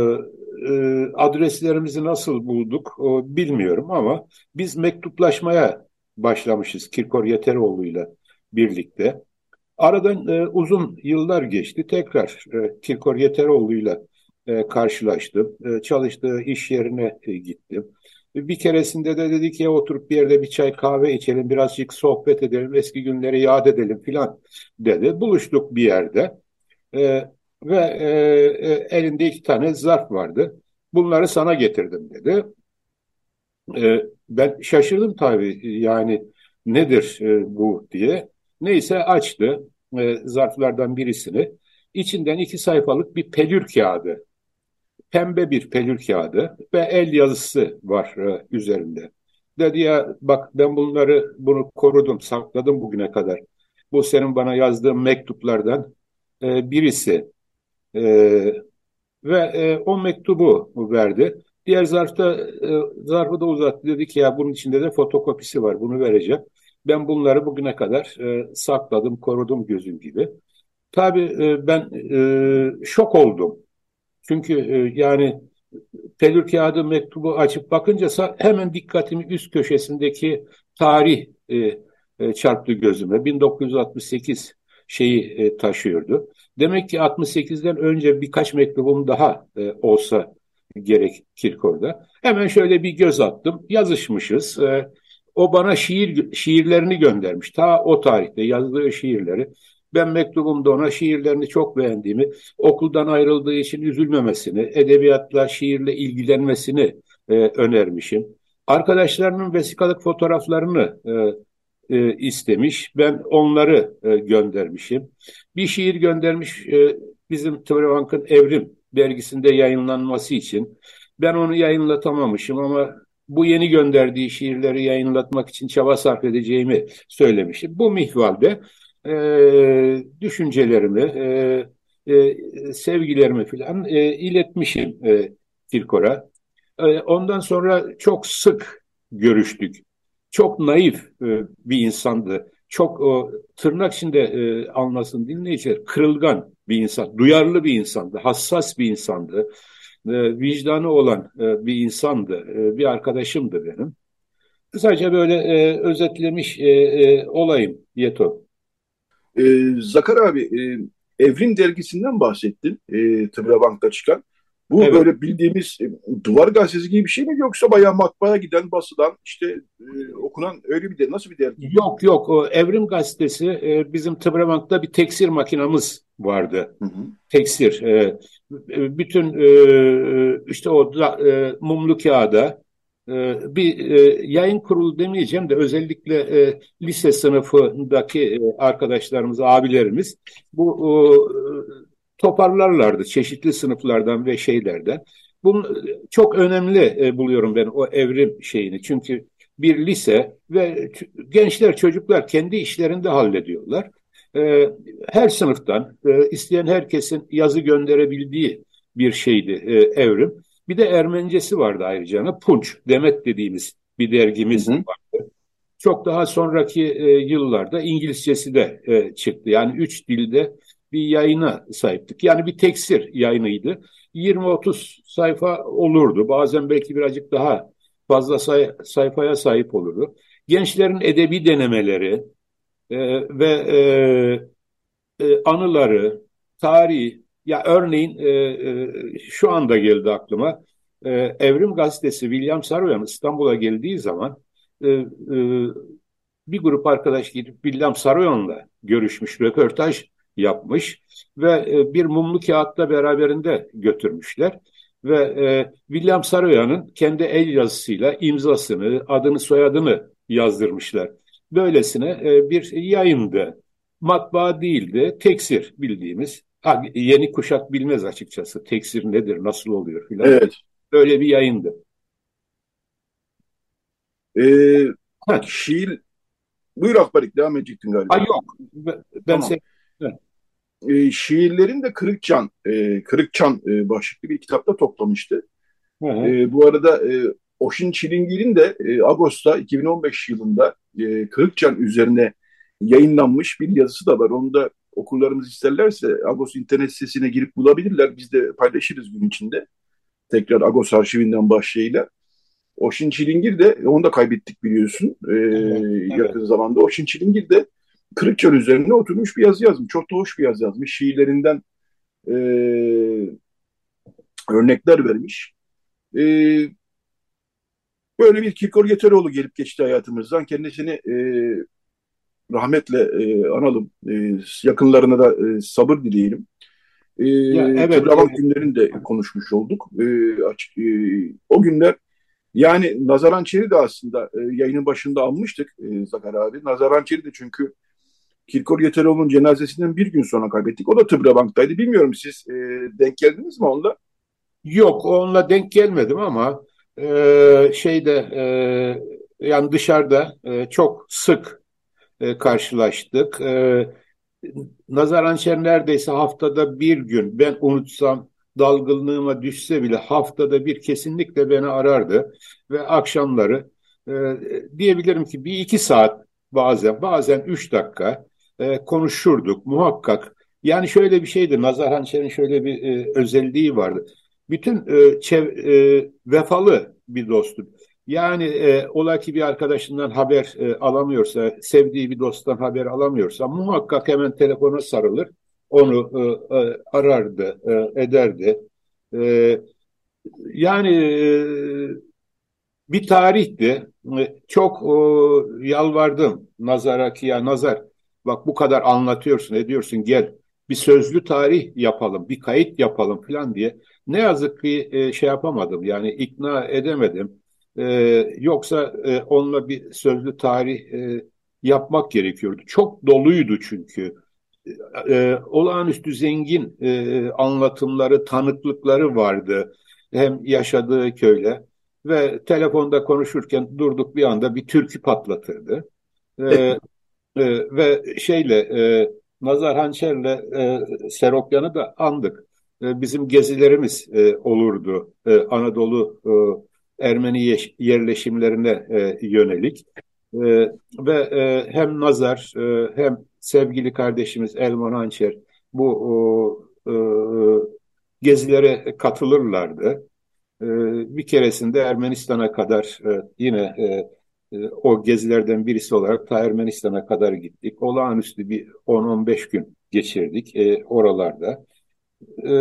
e, adreslerimizi nasıl bulduk o, bilmiyorum ama biz mektuplaşmaya başlamışız Kirkor Yeteroğlu'yla birlikte. Aradan e, uzun yıllar geçti. Tekrar e, Kirkor Yeteroğlu'yla e, karşılaştım. E, çalıştığı iş yerine e, gittim. Bir keresinde de dedi ki oturup bir yerde bir çay kahve içelim, birazcık sohbet edelim, eski günleri yad edelim filan dedi. Buluştuk bir yerde e, ve e, e, elinde iki tane zarf vardı. Bunları sana getirdim dedi. E, Ben şaşırdım tabii, yani nedir e, bu diye. Neyse açtı e, zarflardan birisini. İçinden iki sayfalık bir pelür kağıdı, pembe bir pelür kağıdı ve el yazısı var e, üzerinde. Dedi ya bak, ben bunları bunu korudum, sakladım bugüne kadar. Bu senin bana yazdığın mektuplardan e, birisi. E, Ve e, o mektubu verdi. Diğer zarfta e, zarfı da uzattı. Dedi ki ya bunun içinde de fotokopisi var. Bunu vereceğim. Ben bunları bugüne kadar e, sakladım, korudum gözüm gibi. Tabii e, ben e, şok oldum. Çünkü e, yani pelür kağıdı mektubu açıp bakınca sa- hemen dikkatimi üst köşesindeki tarih e, e, çarptı gözüme. bin dokuz yüz altmış sekiz şeyi e, taşıyordu. Demek ki altmış sekizden önce birkaç mektubum daha e, olsa gerek Kirkor'da. Hemen şöyle bir göz attım. Yazışmışız. E, o bana şiir şiirlerini göndermiş. Ta o tarihte yazdığı şiirleri. Ben mektubumda ona şiirlerini çok beğendiğimi, okuldan ayrıldığı için üzülmemesini, edebiyatla, şiirle ilgilenmesini e, önermişim. Arkadaşlarının vesikalık fotoğraflarını e, e, istemiş. Ben onları e, göndermişim. Bir şiir göndermiş e, bizim Tıbrebank'ın Evrim dergisinde yayınlanması için. Ben onu yayınlatamamışım ama bu yeni gönderdiği şiirleri yayınlatmak için çaba sarf edeceğimi söylemişim. Bu mihvalde e, düşüncelerimi, e, e, sevgilerimi filan e, iletmişim e, Kirkor'a. E, ondan sonra çok sık görüştük. Çok naif e, bir insandı. Çok o, tırnak içinde e, anlasın dinleyiciler, kırılgan bir insan, duyarlı bir insandı, hassas bir insandı, e, vicdanı olan e, bir insandı, e, bir arkadaşımdı benim. Sadece böyle e, özetlemiş e, e, olayım Yeto. E, Zakar abi, e, Evrim dergisinden bahsettin. E, Tıbrabank'ta çıkan. Bu Evet. böyle bildiğimiz e, duvar gazetesi gibi bir şey mi, yoksa bayağı matbaaya giden, basılan, işte e, okunan öyle bir de nasıl bir dergi? Yok yok, o Evrim Gazetesi e, bizim Tıbrabank'ta bir teksir makinamız vardı. Hı hı. Teksir. E, e, bütün e, işte o da, e, mumlu kağıda e, bir e, yayın kurulu demeyeceğim de özellikle e, lise sınıfındaki e, arkadaşlarımız, abilerimiz bu o, toparlarlardı çeşitli sınıflardan ve şeylerden. Bunu çok önemli e, buluyorum ben o evrim şeyini. Çünkü bir lise ve gençler, çocuklar kendi işlerinde hallediyorlar. E, Her sınıftan e, isteyen herkesin yazı gönderebildiği bir şeydi e, evrim. Bir de Ermenicesi vardı ayrıca. Punç, Demet dediğimiz bir Hı dergimiz hı. vardı. Çok daha sonraki e, yıllarda İngilizcesi de e, çıktı. Yani üç dilde bir yayına sahiptik. Yani bir teksir yayınıydı. yirmi otuz sayfa olurdu. Bazen belki birazcık daha fazla say- sayfaya sahip olurdu. Gençlerin edebi denemeleri e, ve e, e, anıları, tarihi, ya örneğin e, e, şu anda geldi aklıma. E, Evrim Gazetesi William Saroyan İstanbul'a geldiği zaman e, e, bir grup arkadaş gidip William Saroyan'la görüşmüş, röportaj yapmış ve e, bir mumlu kağıtta beraberinde götürmüşler. Ve e, William Saroya'nın kendi el yazısıyla imzasını, adını, soyadını yazdırmışlar. Böylesine e, bir yayındı. Matbaa değildi, teksir bildiğimiz. Ha, yeni kuşak bilmez açıkçası. Teksir nedir, nasıl oluyor filan. Evet. Böyle bir yayındı. Ee, Ha, şiir, buyur Akbarik, devam edecektin ha galiba. yok. Ben Tamam. se ha, Ee, şiirlerin de Kırıkçan, e, Kırıkçan e, başlıklı bir kitapta toplamıştı. hı hı. E, bu arada e, Oşin Çilingir'in de e, Ağustos'ta iki bin on beş yılında e, Kırıkçan üzerine yayınlanmış bir yazısı da var. Onu da okurlarımız isterlerse Agos internet sitesine girip bulabilirler. Biz de paylaşırız gün içinde. Tekrar Agos arşivinden başlayıyla. Oşin Çilingir de, onu da kaybettik biliyorsun e, Evet, evet. yakın zamanda. Oşin Çilingir de Kırıkçan üzerine oturmuş bir yazı yazmış. Çok da hoş bir yazı yazmış. Şiirlerinden e, örnekler vermiş. E, Böyle bir Kirkor Yeteroğlu gelip geçti hayatımızdan. Kendisini e, rahmetle e, analım. E, yakınlarına da e, sabır dileyelim. E, Ya evet, e, Tıbravant günlerini de konuşmuş olduk. E, açık, e, o günler, yani Nazaran Çeri de aslında e, yayının başında almıştık e, Zakar abi. Nazaran Çeri de çünkü Kirkor Yeteroğlu'nun cenazesinden bir gün sonra kaybettik. O da Tıbravant'taydı. Bilmiyorum, siz e, denk geldiniz mi onunla? yok onunla denk gelmedim ama e, şeyde e, yani dışarıda e, çok sık e, karşılaştık. E, Nazar Hançer neredeyse haftada bir gün, ben unutsam, dalgınlığıma düşse bile haftada bir kesinlikle beni arardı ve akşamları e, diyebilirim ki bir iki saat, bazen bazen üç dakika e, konuşurduk muhakkak. Yani şöyle bir şeydi, Nazar Hançer'in şöyle bir e, özelliği vardı. Bütün e, çev e, vefalı bir dosttu. Yani e, ola ki bir arkadaşından haber e, alamıyorsa, sevdiği bir dosttan haber alamıyorsa muhakkak hemen telefona sarılır, onu e, e, arardı, e, ederdi. E, yani e, bir tarihti. E, Çok e, yalvardım Nazar'a ki ya Nazar, bak bu kadar anlatıyorsun, ediyorsun, gel bir sözlü tarih yapalım, bir kayıt yapalım falan diye. Ne yazık ki e, şey yapamadım, yani ikna edemedim. E, Yoksa e, onunla bir sözlü tarih e, yapmak gerekiyordu. Çok doluydu çünkü. E, olağanüstü zengin e, anlatımları, tanıklıkları vardı. Hem yaşadığı köyle ve telefonda konuşurken durduk bir anda bir türkü patlatırdı. E, e, ve şeyle e, Nazar Hançer'le e, Serokyan'ı da andık. E, bizim gezilerimiz e, olurdu e, Anadolu e, Ermeni yeş- yerleşimlerine e, yönelik. E, Ve e, hem Nazar e, hem sevgili kardeşimiz Elman Hançer bu o, e, gezilere katılırlardı. E, Bir keresinde Ermenistan'a kadar e, yine e, e, o gezilerden birisi olarak ta Ermenistan'a kadar gittik. Olağanüstü bir on on beş gün geçirdik e, oralarda. E,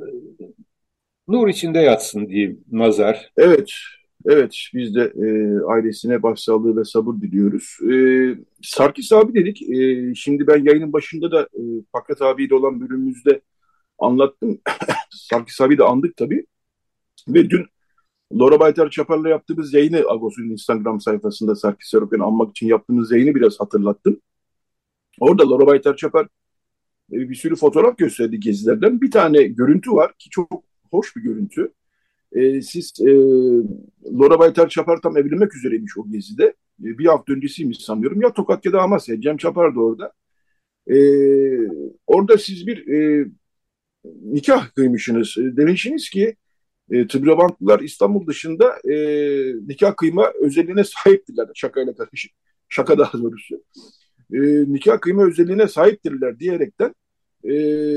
Nur içinde yatsın diyeyim Nazar. Evet, evet. Biz de e, ailesine başsağlığı ve sabır diliyoruz. E, Sarkis abi dedik. E, şimdi ben yayının başında da e, Fakat abiyle olan bölümümüzde anlattım. Sarkis abi de andık tabii. Ve dün Laura Baytar Çapar'la yaptığımız yayını, Agos'un Instagram sayfasında Sarkis Sarokyan'ı anmak için yaptığımız yayını biraz hatırlattım. Orada Laura Baytar Çapar e, bir sürü fotoğraf gösterdi gezilerden. Bir tane görüntü var ki çok hoş bir görüntü. E, siz e, Laura Baytar Çapar tam evlenmek üzereymiş o gezide. E, bir hafta öncesiymiş sanıyorum. Ya Tokat ya da Amasya. Cem Çapar da orada. E, Orada siz bir e, nikah kıymışsınız. E, demişsiniz ki e, Tıbravantlılar İstanbul dışında e, nikah kıyma özelliğine sahiptirler. Şakayla karışık. Şaka daha doğrusu. E, Nikah kıyma özelliğine sahiptirler diyerekten e,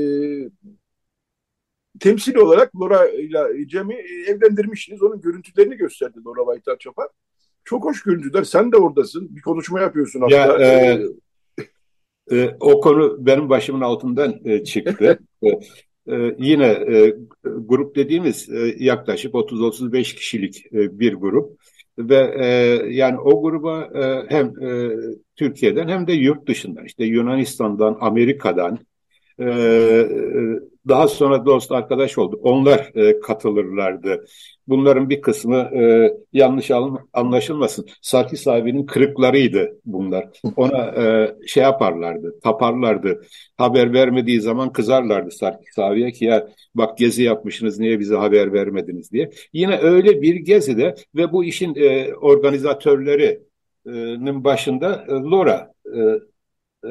temsil olarak Laura ile Cem'i e, evlendirmişsiniz. Onun görüntülerini gösterdi Laura Baytar Çapar. Çok hoş görüntüler. Sen de oradasın. Bir konuşma yapıyorsun Ya hatta. E, e, e, o konu benim başımın altından e, çıktı. E, e, yine e, grup dediğimiz e, yaklaşık otuz otuz beş kişilik e, bir grup ve e, yani o gruba e, hem e, Türkiye'den hem de yurt dışından, işte Yunanistan'dan, Amerika'dan, e, daha sonra dost arkadaş olduk. Onlar e, katılırlardı. Bunların bir kısmı e, yanlış anlaşılmasın. Sarkis abinin kırıklarıydı bunlar. Ona e, şey yaparlardı, taparlardı. Haber vermediği zaman kızarlardı Sarkis abiye ki ya bak gezi yapmışsınız niye bize haber vermediniz diye. Yine öyle bir gezide ve bu işin e, organizatörlerinin başında e, Laura e, e,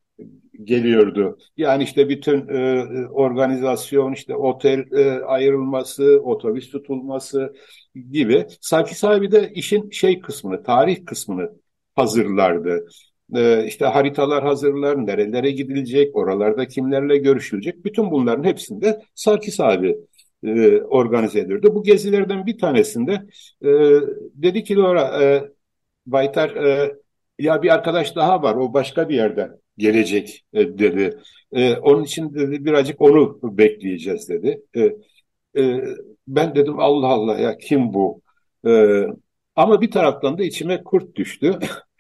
geliyordu. Yani işte bütün e, organizasyon, işte otel e, ayrılması, otobüs tutulması gibi. Sarkis abi de işin şey kısmını, tarih kısmını hazırlardı. E, işte haritalar hazırlar, nerelere gidilecek, oralarda kimlerle görüşülecek. Bütün bunların hepsinde Sarkis abi e, organize ediyordu. Bu gezilerden bir tanesinde e, dedi ki Laura, e, Baytar, e, ya bir arkadaş daha var, o başka bir yerden gelecek e, dedi. E, onun için dedi, birazcık onu bekleyeceğiz dedi. E, e, ben dedim Allah Allah ya kim bu? E, ama bir taraftan da içime kurt düştü.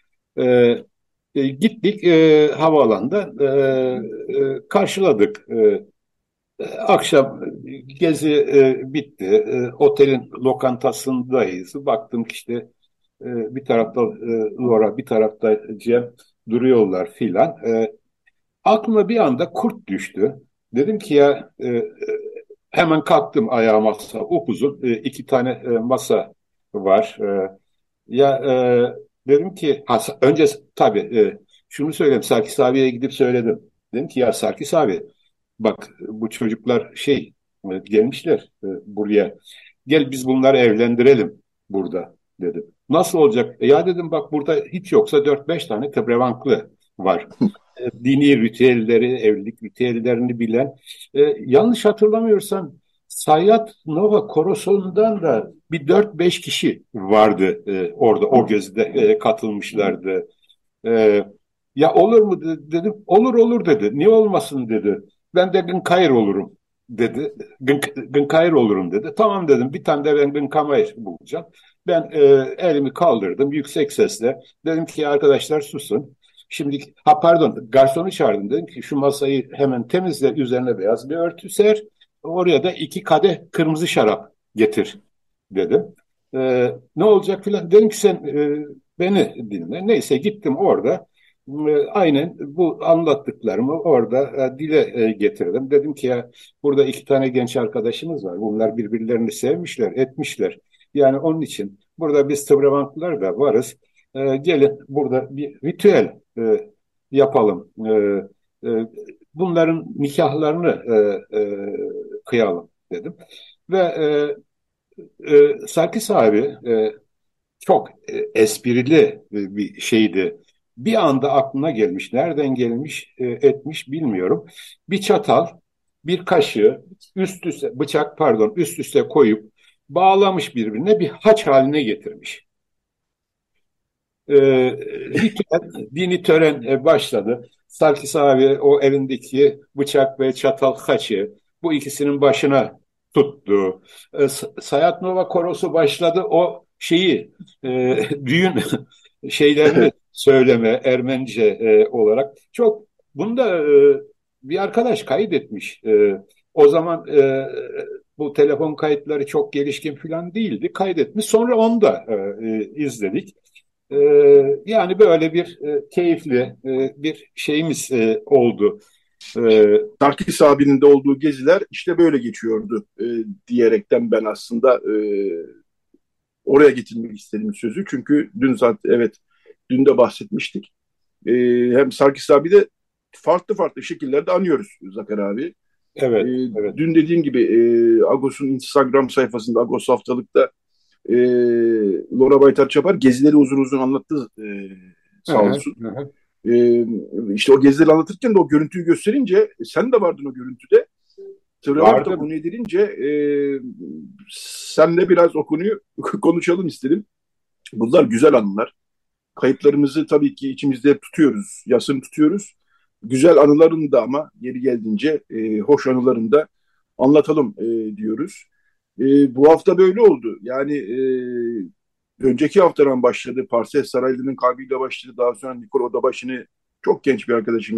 E, e, gittik e, havaalanında e, e, karşıladık. E, akşam gezi e, bitti. E, otelin lokantasındayız. Baktım ki işte e, bir tarafta e, Laura, bir tarafta Cem duruyorlar filan. E, aklıma bir anda kurt düştü. Dedim ki ya e, e, hemen kalktım ayağa masa. Upuzun e, iki tane e, masa var. E, ya e, dedim ki ha, önce tabii e, şunu söyleyeyim. Sarkis abiye gidip söyledim. Dedim ki ya Sarkis abi bak bu çocuklar şey e, gelmişler e, buraya. Gel biz bunları evlendirelim burada dedim. Nasıl olacak? E, ya dedim bak burada hiç yoksa dört beş tane Kıbrıvanklı var. E, dini ritüelleri, evlilik ritüellerini bilen. E, yanlış hatırlamıyorsam Sayat Nova Korosu'ndan da bir dört beş kişi vardı e, orada o gözde e, katılmışlardı. E, ya olur mu dedim. Olur olur dedi. Niye olmasın dedi. Ben de Gınkayır olurum dedi. Gınk, Gınkayır olurum dedi. Tamam dedim. Bir tane de ben Gınkamayır bulacağım. Ben e, elimi kaldırdım yüksek sesle. Dedim ki arkadaşlar susun. Şimdi ha pardon garsonu çağırdım. Dedim ki şu masayı hemen temizle üzerine beyaz bir örtü ser. Oraya da iki kadeh kırmızı şarap getir dedim. E, ne olacak filan. Dedim ki sen e, beni dinle. Neyse gittim orada. E, aynen bu anlattıklarımı orada e, dile e, getirdim. Dedim ki ya burada iki tane genç arkadaşımız var. Bunlar birbirlerini sevmişler, etmişler. Yani onun için burada biz Tıbravanklılar da varız. E, gelin burada bir ritüel e, yapalım. E, e, bunların nikahlarını e, e, kıyalım dedim. Ve e, e, Sarkis abi e, çok e, esprili e, bir şeydi. Bir anda aklına gelmiş. Nereden gelmiş, e, etmiş bilmiyorum. Bir çatal, bir kaşığı üst üste, bıçak pardon, üst üste koyup bağlamış birbirine bir haç haline getirmiş. E, ritüel, dini tören e, başladı. Sarkis abi o elindeki bıçak ve çatal haçı bu ikisinin başına tuttu. E, Sayat Nova Korosu başladı. O şeyi e, düğün şeylerini söyleme Ermenice e, olarak. Çok bunu da e, bir arkadaş kaydetmiş. E, o zaman e, bu telefon kayıtları çok gelişkin falan değildi. Kaydetmiş. Sonra onu da e, e, izledik. E, yani böyle bir e, keyifli e, bir şeyimiz e, oldu. E, Sarkis abinin de olduğu geziler işte böyle geçiyordu e, diyerekten ben aslında e, oraya getirmek istedim sözü. Çünkü dün zaten evet dün de bahsetmiştik. E, hem Sarkis abi de farklı farklı şekillerde anıyoruz Zafer abi. E, evet, evet. dün dediğim gibi e, Agos'un Instagram sayfasında Agos Haftalık'ta e, Laura Baytar Çapar gezileri uzun uzun anlattı e, Hı sağ hı, olsun. hı hı. E, işte o gezileri anlatırken de o görüntüyü gösterince e, sen de vardın o görüntüde. Tırnak da Vardı. konu edilince e, senle biraz o konuyu konuşalım istedim. Bunlar güzel anılar. Kayıplarımızı tabii ki içimizde hep tutuyoruz, yasını tutuyoruz. Güzel anıların da ama yeri geldiğince e, hoş anılarını da anlatalım e, diyoruz. E, bu hafta böyle oldu. Yani e, önceki haftadan başladı. Parsel Saraylı'nın kalbiyle başladı. Daha sonra Nikol Odabaşı'nı çok genç bir arkadaşımız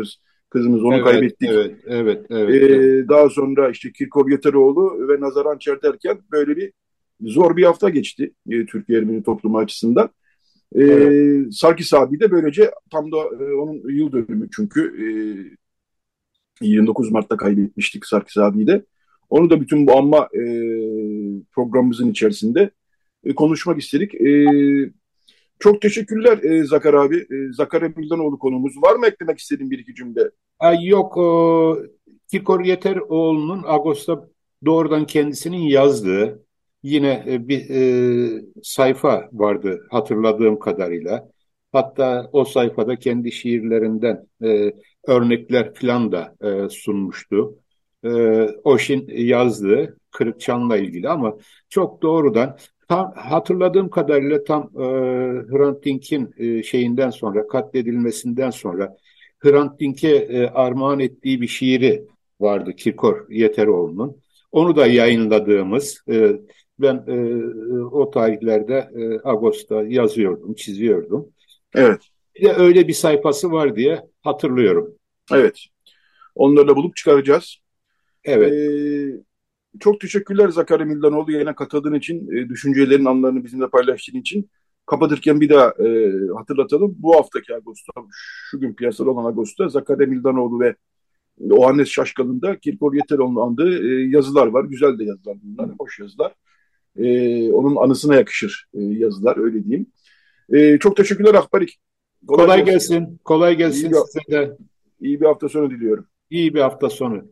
Kızımız, onu Evet, kaybettik. evet, evet, Ee, evet, evet. Daha sonra işte Kirkor Yeteroğlu ve Nazar Ançer derken böyle bir zor bir hafta geçti e, Türkiye Ermeni toplumu açısından. Evet. Ee, Sarkis abi de böylece tam da e, onun yıl dönümü, çünkü e, yirmi dokuz Mart'ta kaybetmiştik Sarkis abiyi de. Onu da bütün bu anma e, programımızın içerisinde e, konuşmak istedik. E, çok teşekkürler e, Zakar abi. E, Zakar Emildanoğlu konumuz. Var mı eklemek istediğin bir iki cümle? Ay yok, o Kirkor Yeteroğlu'nun Ağustos'ta doğrudan kendisinin yazdığı yine e, bir e, sayfa vardı hatırladığım kadarıyla. Hatta o sayfada kendi şiirlerinden e, örnekler falan da e, sunmuştu. E, Oşin yazdığı Kırıkçan'la ilgili ama çok doğrudan tam hatırladığım kadarıyla tam e, Hrant Dink'in e, şeyinden sonra, katledilmesinden sonra Hrant Dink'e e, armağan ettiği bir şiiri vardı Kirkor Yeteroğlu'nun. Onu da yayınladığımız, e, ben e, o tarihlerde e, Ağustos'ta yazıyordum, çiziyordum. Evet, Bir de öyle bir sayfası var diye hatırlıyorum. evet. Onları da bulup çıkaracağız. Evet, Ee, Çok teşekkürler Zakar Emildanoğlu, yayına katıldığın için, e, düşüncelerin, anlarını bizimle paylaştığın için. Kapatırken bir daha e, hatırlatalım. Bu haftaki Ağustos'ta, şu gün piyasada olan Ağustos'ta Zakar Emildanoğlu ve Ohannes Şaşkal'ın da Kirkor Yeteroğlu'nun andığı e, yazılar var. Güzel de yazılar bunlar, hoş yazılar. E, onun anısına yakışır e, yazılar, öyle diyeyim. E, çok teşekkürler Akbarik. Kolay kolay gelsin. gelsin, kolay İyi gelsin bir, size de. iyi bir hafta sonu diliyorum. İyi bir hafta sonu.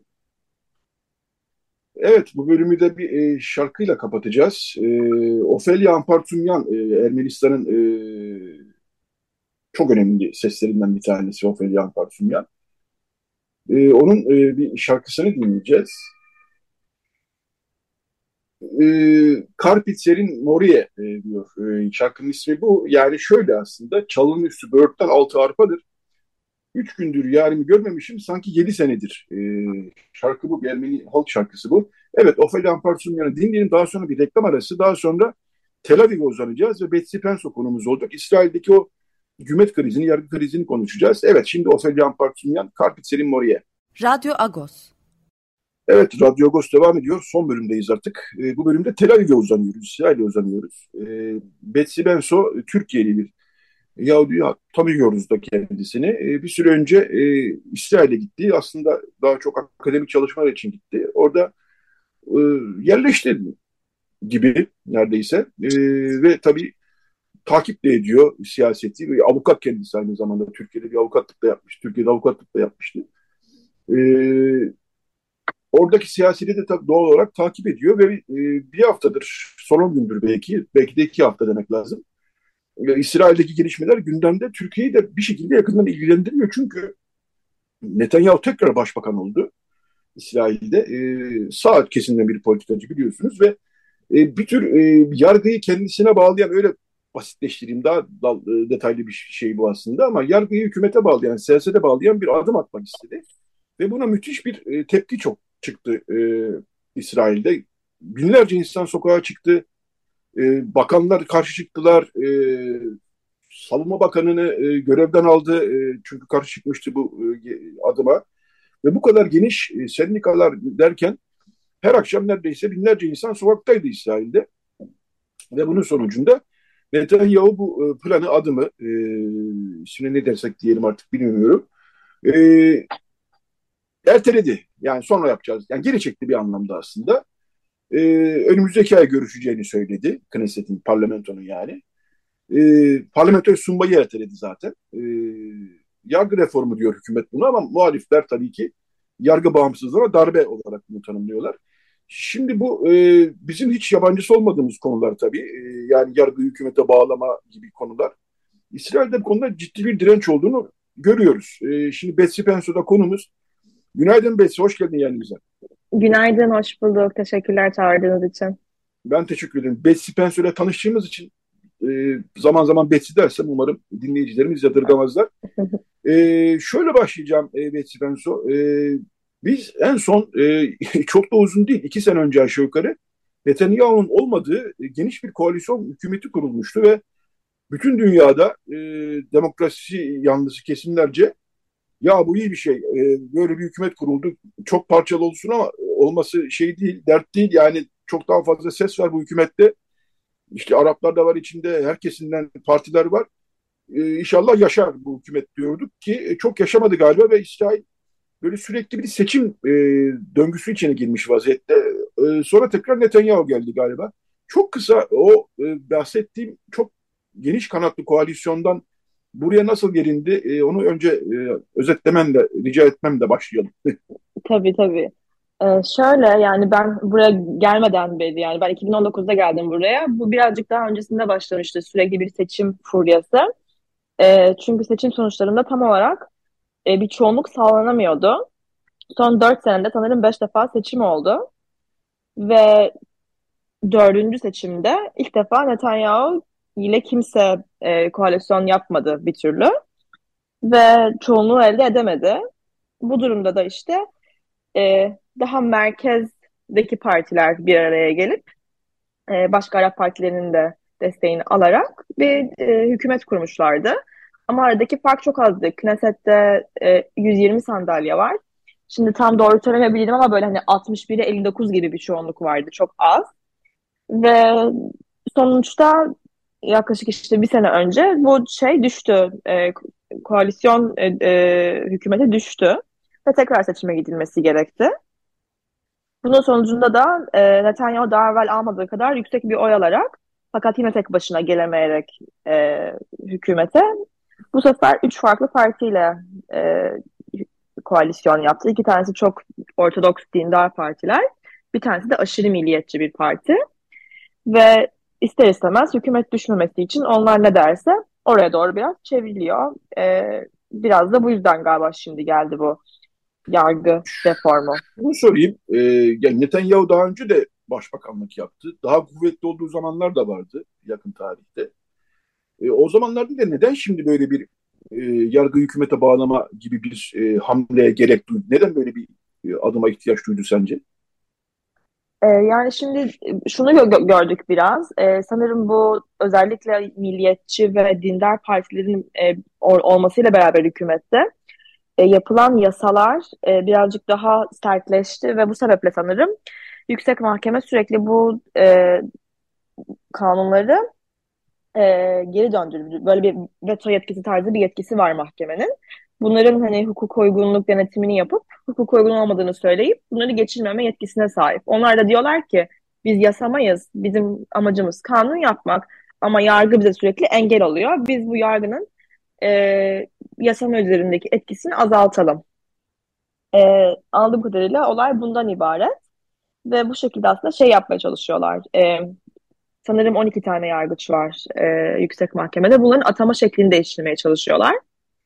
Evet, bu bölümü de bir e, şarkıyla kapatacağız. E, Ofelia Ampartumyan, e, Ermenistan'ın e, çok önemli seslerinden bir tanesi Ofelia Ampartumyan. E, onun e, bir şarkısını dinleyeceğiz. E, Karpitser'in Morie e, diyor. E, şarkının ismi bu. Yani şöyle, aslında çalının üstü böğürtlen altı arpadır. Üç gündür yarimi görmemişim, sanki yedi senedir. E, şarkı bu, bir Ermeni halk şarkısı bu. Evet, Ofelia Ampartumyan'ı dinleyelim. Daha sonra bir reklam arası. Daha sonra Tel Aviv'e uzanacağız ve Betsy Penso konumuz olacak. İsrail'deki o hükümet krizini, yargı krizini konuşacağız. Evet, şimdi Ofelia Ampartumyan, Karpitser'in Morie. Radyo Agos. Evet, Radyo Agos devam ediyor. Son bölümdeyiz artık. E, bu bölümde Tel Aviv'e uzanıyoruz, İsrail'e uzanıyoruz. E, Betsy Penso, Türkiye'li bir Yahudi, tanıyoruz da kendisini. E, bir süre önce e, İsrail'e gitti. Aslında daha çok akademik çalışmalar için gitti. Orada e, yerleşti gibi neredeyse. E, ve tabii takip de ediyor siyaseti. Bir avukat kendisi aynı zamanda. Türkiye'de bir avukatlık da yapmış. Türkiye'de avukatlık da yapmıştı. E, Oradaki siyaseti de tabii doğal olarak takip ediyor ve e, bir haftadır, son on gündür belki, belki de iki hafta demek lazım. E, İsrail'deki gelişmeler gündemde, Türkiye'yi de bir şekilde yakından ilgilendiriyor. Çünkü Netanyahu tekrar başbakan oldu İsrail'de. E, sağ kesimden bir politikacı, biliyorsunuz, ve e, bir tür e, yargıyı kendisine bağlayan, öyle basitleştireyim, daha da, e, detaylı bir şey bu aslında, ama yargıyı hükümete bağlayan, siyasete bağlayan bir adım atmak istedi. Ve buna müthiş bir e, tepki çok çıktı e, İsrail'de. Binlerce insan sokağa çıktı. E, bakanlar karşı çıktılar. E, Savunma Bakanı'nı e, görevden aldı. E, çünkü karşı çıkmıştı bu e, adıma. Ve bu kadar geniş e, sendikalar derken her akşam neredeyse binlerce insan sokaktaydı İsrail'de. Ve bunun sonucunda Netanyahu bu e, planı, adımı, e, ismini ne dersek diyelim artık, bilmiyorum, e, erteledi. Yani sonra yapacağız. Yani geri çekti bir anlamda aslında. E, Önümüzdeki ay görüşeceğini söyledi. Knesset'in, parlamentonun yani. E, parlamentoya sunmayı erteledi zaten. E, yargı reformu diyor hükümet bunu, ama muhalifler tabii ki yargı bağımsızlığına darbe olarak bunu tanımlıyorlar. Şimdi bu e, bizim hiç yabancısı olmadığımız konular tabii. E, yani yargı hükümete bağlama gibi konular. İsrail'de bu konuda ciddi bir direnç olduğunu görüyoruz. E, şimdi Betsy Penso'da konumuz. Günaydın Betsy, hoş geldin yayınımıza. Günaydın, hoş bulduk. Teşekkürler çağırdığınız için. Ben teşekkür ederim. Betsy Penso ile tanıştığımız için, e, zaman zaman Betsy dersem umarım dinleyicilerimiz yadırgamazlar. E, şöyle başlayacağım e, Betsy Penso. E, biz en son, e, çok da uzun değil, iki sene önce aşağı yukarı, Netanyahu'nun olmadığı e, geniş bir koalisyon hükümeti kurulmuştu ve bütün dünyada e, demokrasi yanlısı kesimlerce ya bu iyi bir şey. Ee, böyle bir hükümet kuruldu. Çok parçalı olsun ama olması şey değil, dert değil. Yani çok daha fazla ses var bu hükümette. İşte Araplar da var içinde, herkesinden partiler var. Ee, İnşallah yaşar bu hükümet diyorduk ki e, çok yaşamadı galiba ve İsrail böyle sürekli bir seçim e, döngüsü içine girmiş vaziyette. E, sonra tekrar Netanyahu geldi galiba. Çok kısa o e, bahsettiğim çok geniş kanatlı koalisyondan buraya nasıl gelindi? E, onu önce e, özetlemenle, rica etmem de başlayalım. Tabii tabii. Ee, şöyle yani ben buraya gelmeden beri yani ben iki bin on dokuzda geldim buraya. Bu birazcık daha öncesinde başlamıştı sürekli bir seçim furyası. Ee, çünkü seçim sonuçlarında tam olarak e, bir çoğunluk sağlanamıyordu. Son dört senede sanırım beş defa seçim oldu. Ve dördüncü seçimde ilk defa Netanyahu ile kimse e, koalisyon yapmadı bir türlü. Ve çoğunluğu elde edemedi. Bu durumda da işte e, daha merkezdeki partiler bir araya gelip e, başka Arap partilerinin de desteğini alarak bir e, hükümet kurmuşlardı. Ama aradaki fark çok azdı. Knesset'te e, yüz yirmi sandalye var. Şimdi tam doğru söylemeyebilirim ama böyle hani altmış bire elli dokuz gibi bir çoğunluk vardı. Çok az. Ve sonuçta yaklaşık işte bir sene önce bu şey düştü. E, koalisyon e, e, hükümete düştü. Ve tekrar seçime gidilmesi gerekti. Bunun sonucunda da e, Netanyahu daha evvel almadığı kadar yüksek bir oy alarak fakat yine tek başına gelemeyerek e, hükümete bu sefer üç farklı partiyle e, koalisyon yaptı. İki tanesi çok ortodoks dindar partiler. Bir tanesi de aşırı milliyetçi bir parti. Ve ister istemez hükümet düşmemesi için onlar ne derse oraya doğru biraz çevriliyor. E, biraz da bu yüzden galiba şimdi geldi bu yargı reformu. Bunu sorayım. E, yani Netanyahu daha önce de başbakanlık yaptı. Daha kuvvetli olduğu zamanlar da vardı yakın tarihte. E, o zamanlarda da neden şimdi böyle bir e, yargı hükümete bağlama gibi bir e, hamleye gerek duydu? Neden böyle bir e, adıma ihtiyaç duydu sence? Ee, yani şimdi şunu gö- gördük biraz. Ee, sanırım bu özellikle milliyetçi ve dindar partilerin e, ol- olmasıyla beraber hükümette e, yapılan yasalar e, birazcık daha sertleşti ve bu sebeple sanırım Yüksek Mahkeme sürekli bu e, kanunları e, geri döndürdü. Böyle bir veto yetkisi tarzı bir yetkisi var mahkemenin. Bunların hani hukuk uygunluk denetimini yapıp hukuk uygun olmadığını söyleyip bunları geçirmeme yetkisine sahip. Onlar da diyorlar ki biz yasamayız. Bizim amacımız kanun yapmak ama yargı bize sürekli engel oluyor. Biz bu yargının e, yasama üzerindeki etkisini azaltalım. E, Anladığım kadarıyla olay bundan ibaret ve bu şekilde aslında şey yapmaya çalışıyorlar. E, Sanırım on iki tane yargıç var e, yüksek mahkemede. Bunların atama şeklini değiştirmeye çalışıyorlar.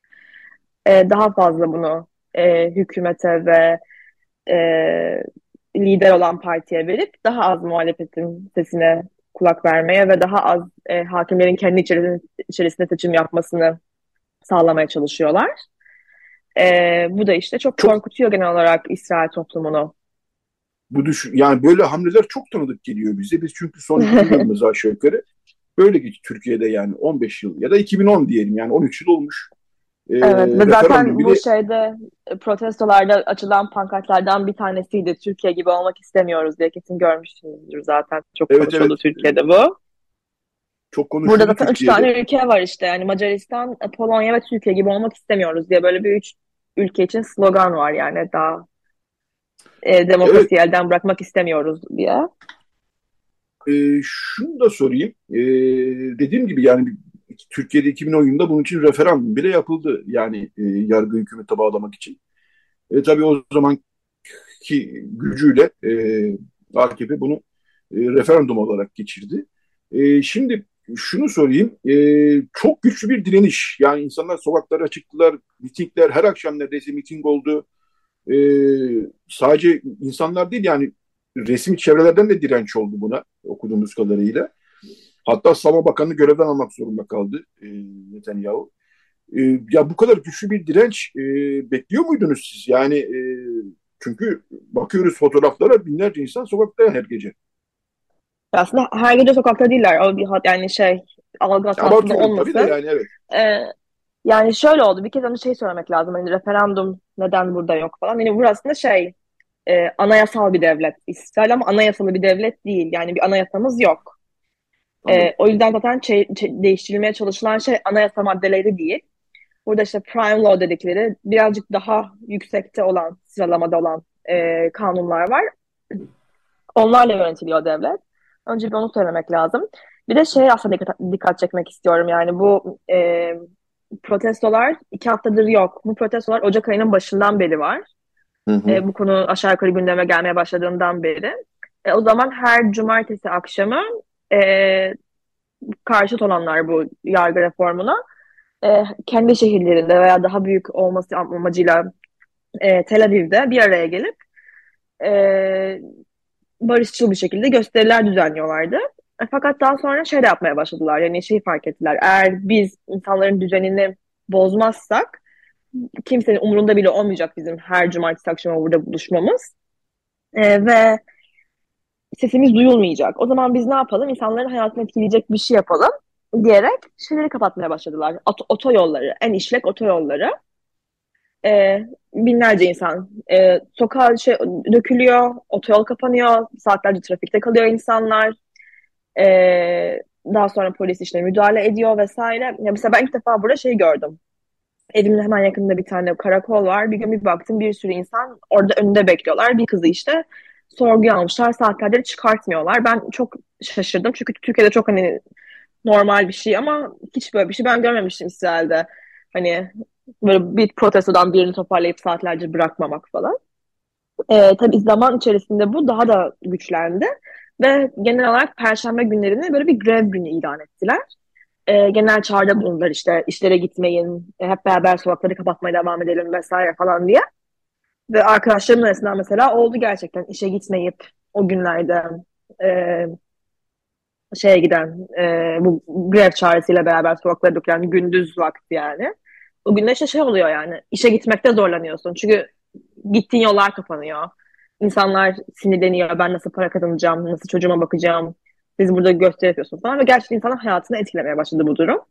E, daha fazla bunu e, hükümete ve e, lider olan partiye verip daha az muhalefetin sesine kulak vermeye ve daha az e, hakimlerin kendi içerisinde, içerisinde seçim yapmasını sağlamaya çalışıyorlar. E, Bu da işte çok Çok korkutuyor genel olarak İsrail toplumunu. bu düş yani böyle hamleler çok tanıdık geliyor bize. Biz çünkü son iki bin yılımız aşağı yukarı böyle geçti Türkiye'de yani on beş yıl ya da iki bin on diyelim yani on üç yıl olmuş. E, Evet ve referandum zaten bu bile şeyde e, protestolarda açılan pankartlardan bir tanesiydi. Türkiye gibi olmak istemiyoruz diye kesin görmüşsünüzdür zaten. Çok evet evet konuşuldu Türkiye'de bu. çok Burada konuşuldu zaten üç Türkiye'de. tane ülke var işte yani Macaristan, e, Polonya ve Türkiye gibi olmak istemiyoruz diye böyle bir üç ülke için slogan var yani daha e, Evet, demokrasiyi elden bırakmak istemiyoruz diye. e, şunu da sorayım. E, dediğim gibi yani Türkiye'de iki bin on yılında bunun için referandum bile yapıldı. Yani e, yargı hükümete bağlamak için. E, tabii o zamanki gücüyle e, A K P bunu e, referandum olarak geçirdi. E, şimdi şunu sorayım. E, çok güçlü bir direniş. Yani insanlar sokaklara çıktılar, mitingler, her akşam neredeyse miting oldu. E, Sadece insanlar değil yani resmi çevrelerden de direnç oldu buna okuduğumuz kadarıyla. Hatta Savunma Bakanı görevden almak zorunda kaldı e, Netanyahu. E, ya bu kadar güçlü bir direnç e, bekliyor muydunuz siz? Yani e, çünkü bakıyoruz fotoğraflara binlerce insan sokakta her gece. Aslında her gece sokakta değiller. O bir hat yani şey algı hatasında Abartıyorum tabii de olmasın. yani evet. E, Yani şöyle oldu. Bir kez hani şey söylemek lazım. Hani referandum neden burada yok falan. Hani burası aslında şey e, anayasal bir devlet İsrail ama anayasalı bir devlet değil. Yani bir anayasamız yok. E, Anladım. o yüzden zaten şey, şey- değiştirilmeye çalışılan şey anayasa maddeleri değil. Burada işte prime law dedikleri birazcık daha yüksekte olan, sıralamada olan e, kanunlar var. Onlarla yönetiliyor devlet. Önce bir onu söylemek lazım. Bir de şey aslında dikkat, dikkat çekmek istiyorum. Yani bu e, protestolar iki haftadır yok. Bu protestolar Ocak ayının başından beri var. Hı hı. E, bu konu aşağı yukarı gündeme gelmeye başladığından beri. E, o zaman her cumartesi akşamı e, karşıt olanlar bu yargı reformuna e, kendi şehirlerinde veya daha büyük olması amacıyla e, Tel Aviv'de bir araya gelip e, barışçıl bir şekilde gösteriler düzenliyorlardı. E, fakat daha sonra şey de yapmaya başladılar. Yani şeyi fark ettiler. Eğer biz insanların düzenini bozmazsak kimsenin umurunda bile olmayacak bizim her cumartesi akşamı burada buluşmamız. E, ve sesimiz duyulmayacak. O zaman biz ne yapalım? İnsanların hayatını etkileyecek bir şey yapalım diyerek şeyleri kapatmaya başladılar. Ot- otoyolları, en işlek otoyolları. E, binlerce insan e, sokağa şey, dökülüyor, otoyol kapanıyor, saatlerce trafikte kalıyor insanlar. E, daha sonra polis işte müdahale ediyor vesaire. Ya mesela ben ilk defa burada şey gördüm. Evimin hemen yakınında bir tane karakol var. Bir gün bir baktım bir sürü insan orada önünde bekliyorlar. Bir kızı işte sorguya almışlar. Saatlerdir çıkartmıyorlar. Ben çok şaşırdım. Çünkü Türkiye'de çok hani normal bir şey ama hiç böyle bir şey ben görmemiştim İsrail'de. Hani böyle bir protestodan birini toparlayıp saatlerce bırakmamak falan. Ee, tabii zaman içerisinde bu daha da güçlendi. Ve genel olarak Perşembe günlerini böyle bir grev günü ilan ettiler. Ee, genel çağrıda bulundular işte işlere gitmeyin, e, hep beraber sokakları kapatmaya devam edelim vesaire falan diye. Ve arkadaşlarımın arasından mesela oldu gerçekten işe gitmeyip o günlerde e, şeye giden e, bu grev çağrısıyla beraber sokaklara dökülen gündüz vakti yani. O günde işte şey oluyor yani işe gitmekte zorlanıyorsun. Çünkü gittiğin yollar kapanıyor. İnsanlar sinirleniyor. Ben nasıl para kazanacağım? Nasıl çocuğuma bakacağım? Siz burada gösteri yapıyorsunuz falan. Ve gerçekten insanın hayatını etkilemeye başladı bu durum.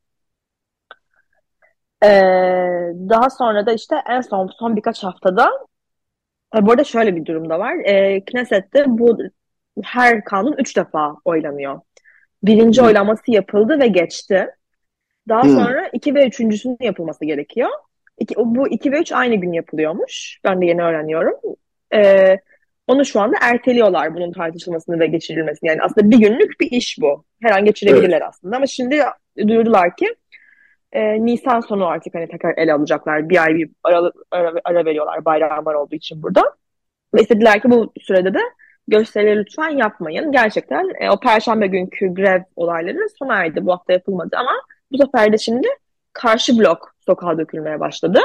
Ee, daha sonra da işte en son son birkaç haftada e, bu arada şöyle bir durum da var. E, Knesset'te bu her kanun üç defa oylanıyor. Birinci Hı. oylaması yapıldı ve geçti. Daha Hı. sonra iki ve üçüncüsünün yapılması gerekiyor. İki, bu iki ve üç aynı gün yapılıyormuş. Ben de yeni öğreniyorum. Ee, onu şu anda erteliyorlar bunun tartışılmasını ve geçirilmesini. Yani aslında bir günlük bir iş bu. Her an Evet. geçirebilirler aslında. Ama şimdi duyurdular ki e, Nisan sonu artık hani tekrar ele alacaklar. Bir ay bir ara, ara, ara veriyorlar bayramlar olduğu için burada. Ve istediler ki bu sürede de gösterileri lütfen yapmayın. Gerçekten e, o Perşembe günkü grev olayları sona erdi. Bu hafta yapılmadı ama bu sefer de şimdi karşı blok sokağa dökülmeye başladı.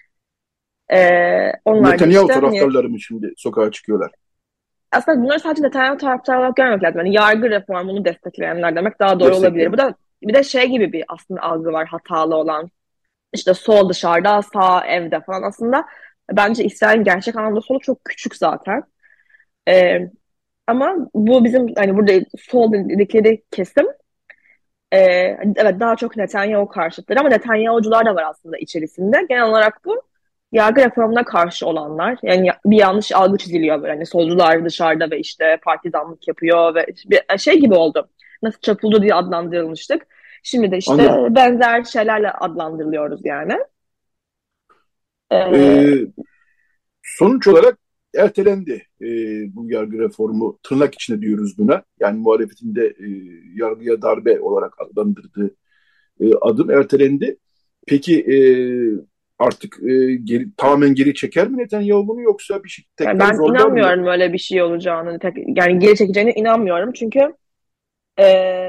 E, onlar da Netanyahu işte hani taraftarları mı şimdi sokağa çıkıyorlar? aslında bunları sadece Netanyahu taraftarı olarak görmek lazım. Yani yargı reformunu destekleyenler demek daha doğru olabilir. Bu Destekleyen. da bir de şey gibi bir aslında algı var hatalı olan. İşte sol dışarıda, sağ evde falan. Aslında bence İsrail'in gerçek anlamda solu çok küçük zaten. E, Ama bu bizim hani burada sol dedikleri kesim e, evet daha çok Netanyahu karşıtları ama Netanyahu'cular da var aslında içerisinde. Genel olarak bu yargı reformuna karşı olanlar. Yani bir yanlış algı çiziliyor böyle. Hani solcular dışarıda ve işte partizanlık yapıyor ve bir şey gibi oldu. Nasıl çapulcu diye adlandırılmıştık. Şimdi de Anladım. işte benzer şeylerle adlandırılıyoruz yani. E, Ee, sonuç olarak ertelendi e, bu yargı reformu. Tırnak içinde diyoruz buna. Yani muhalefetin de e, yargıya darbe olarak adlandırdığı e, adım ertelendi. Peki e, artık e, geri, tamamen geri çeker mi Netanyahu bunu yoksa bir şey yani tekrar ben zorlar mı? inanmıyorum öyle bir şey olacağını. Tek, yani geri çekeceğine inanmıyorum. Çünkü e,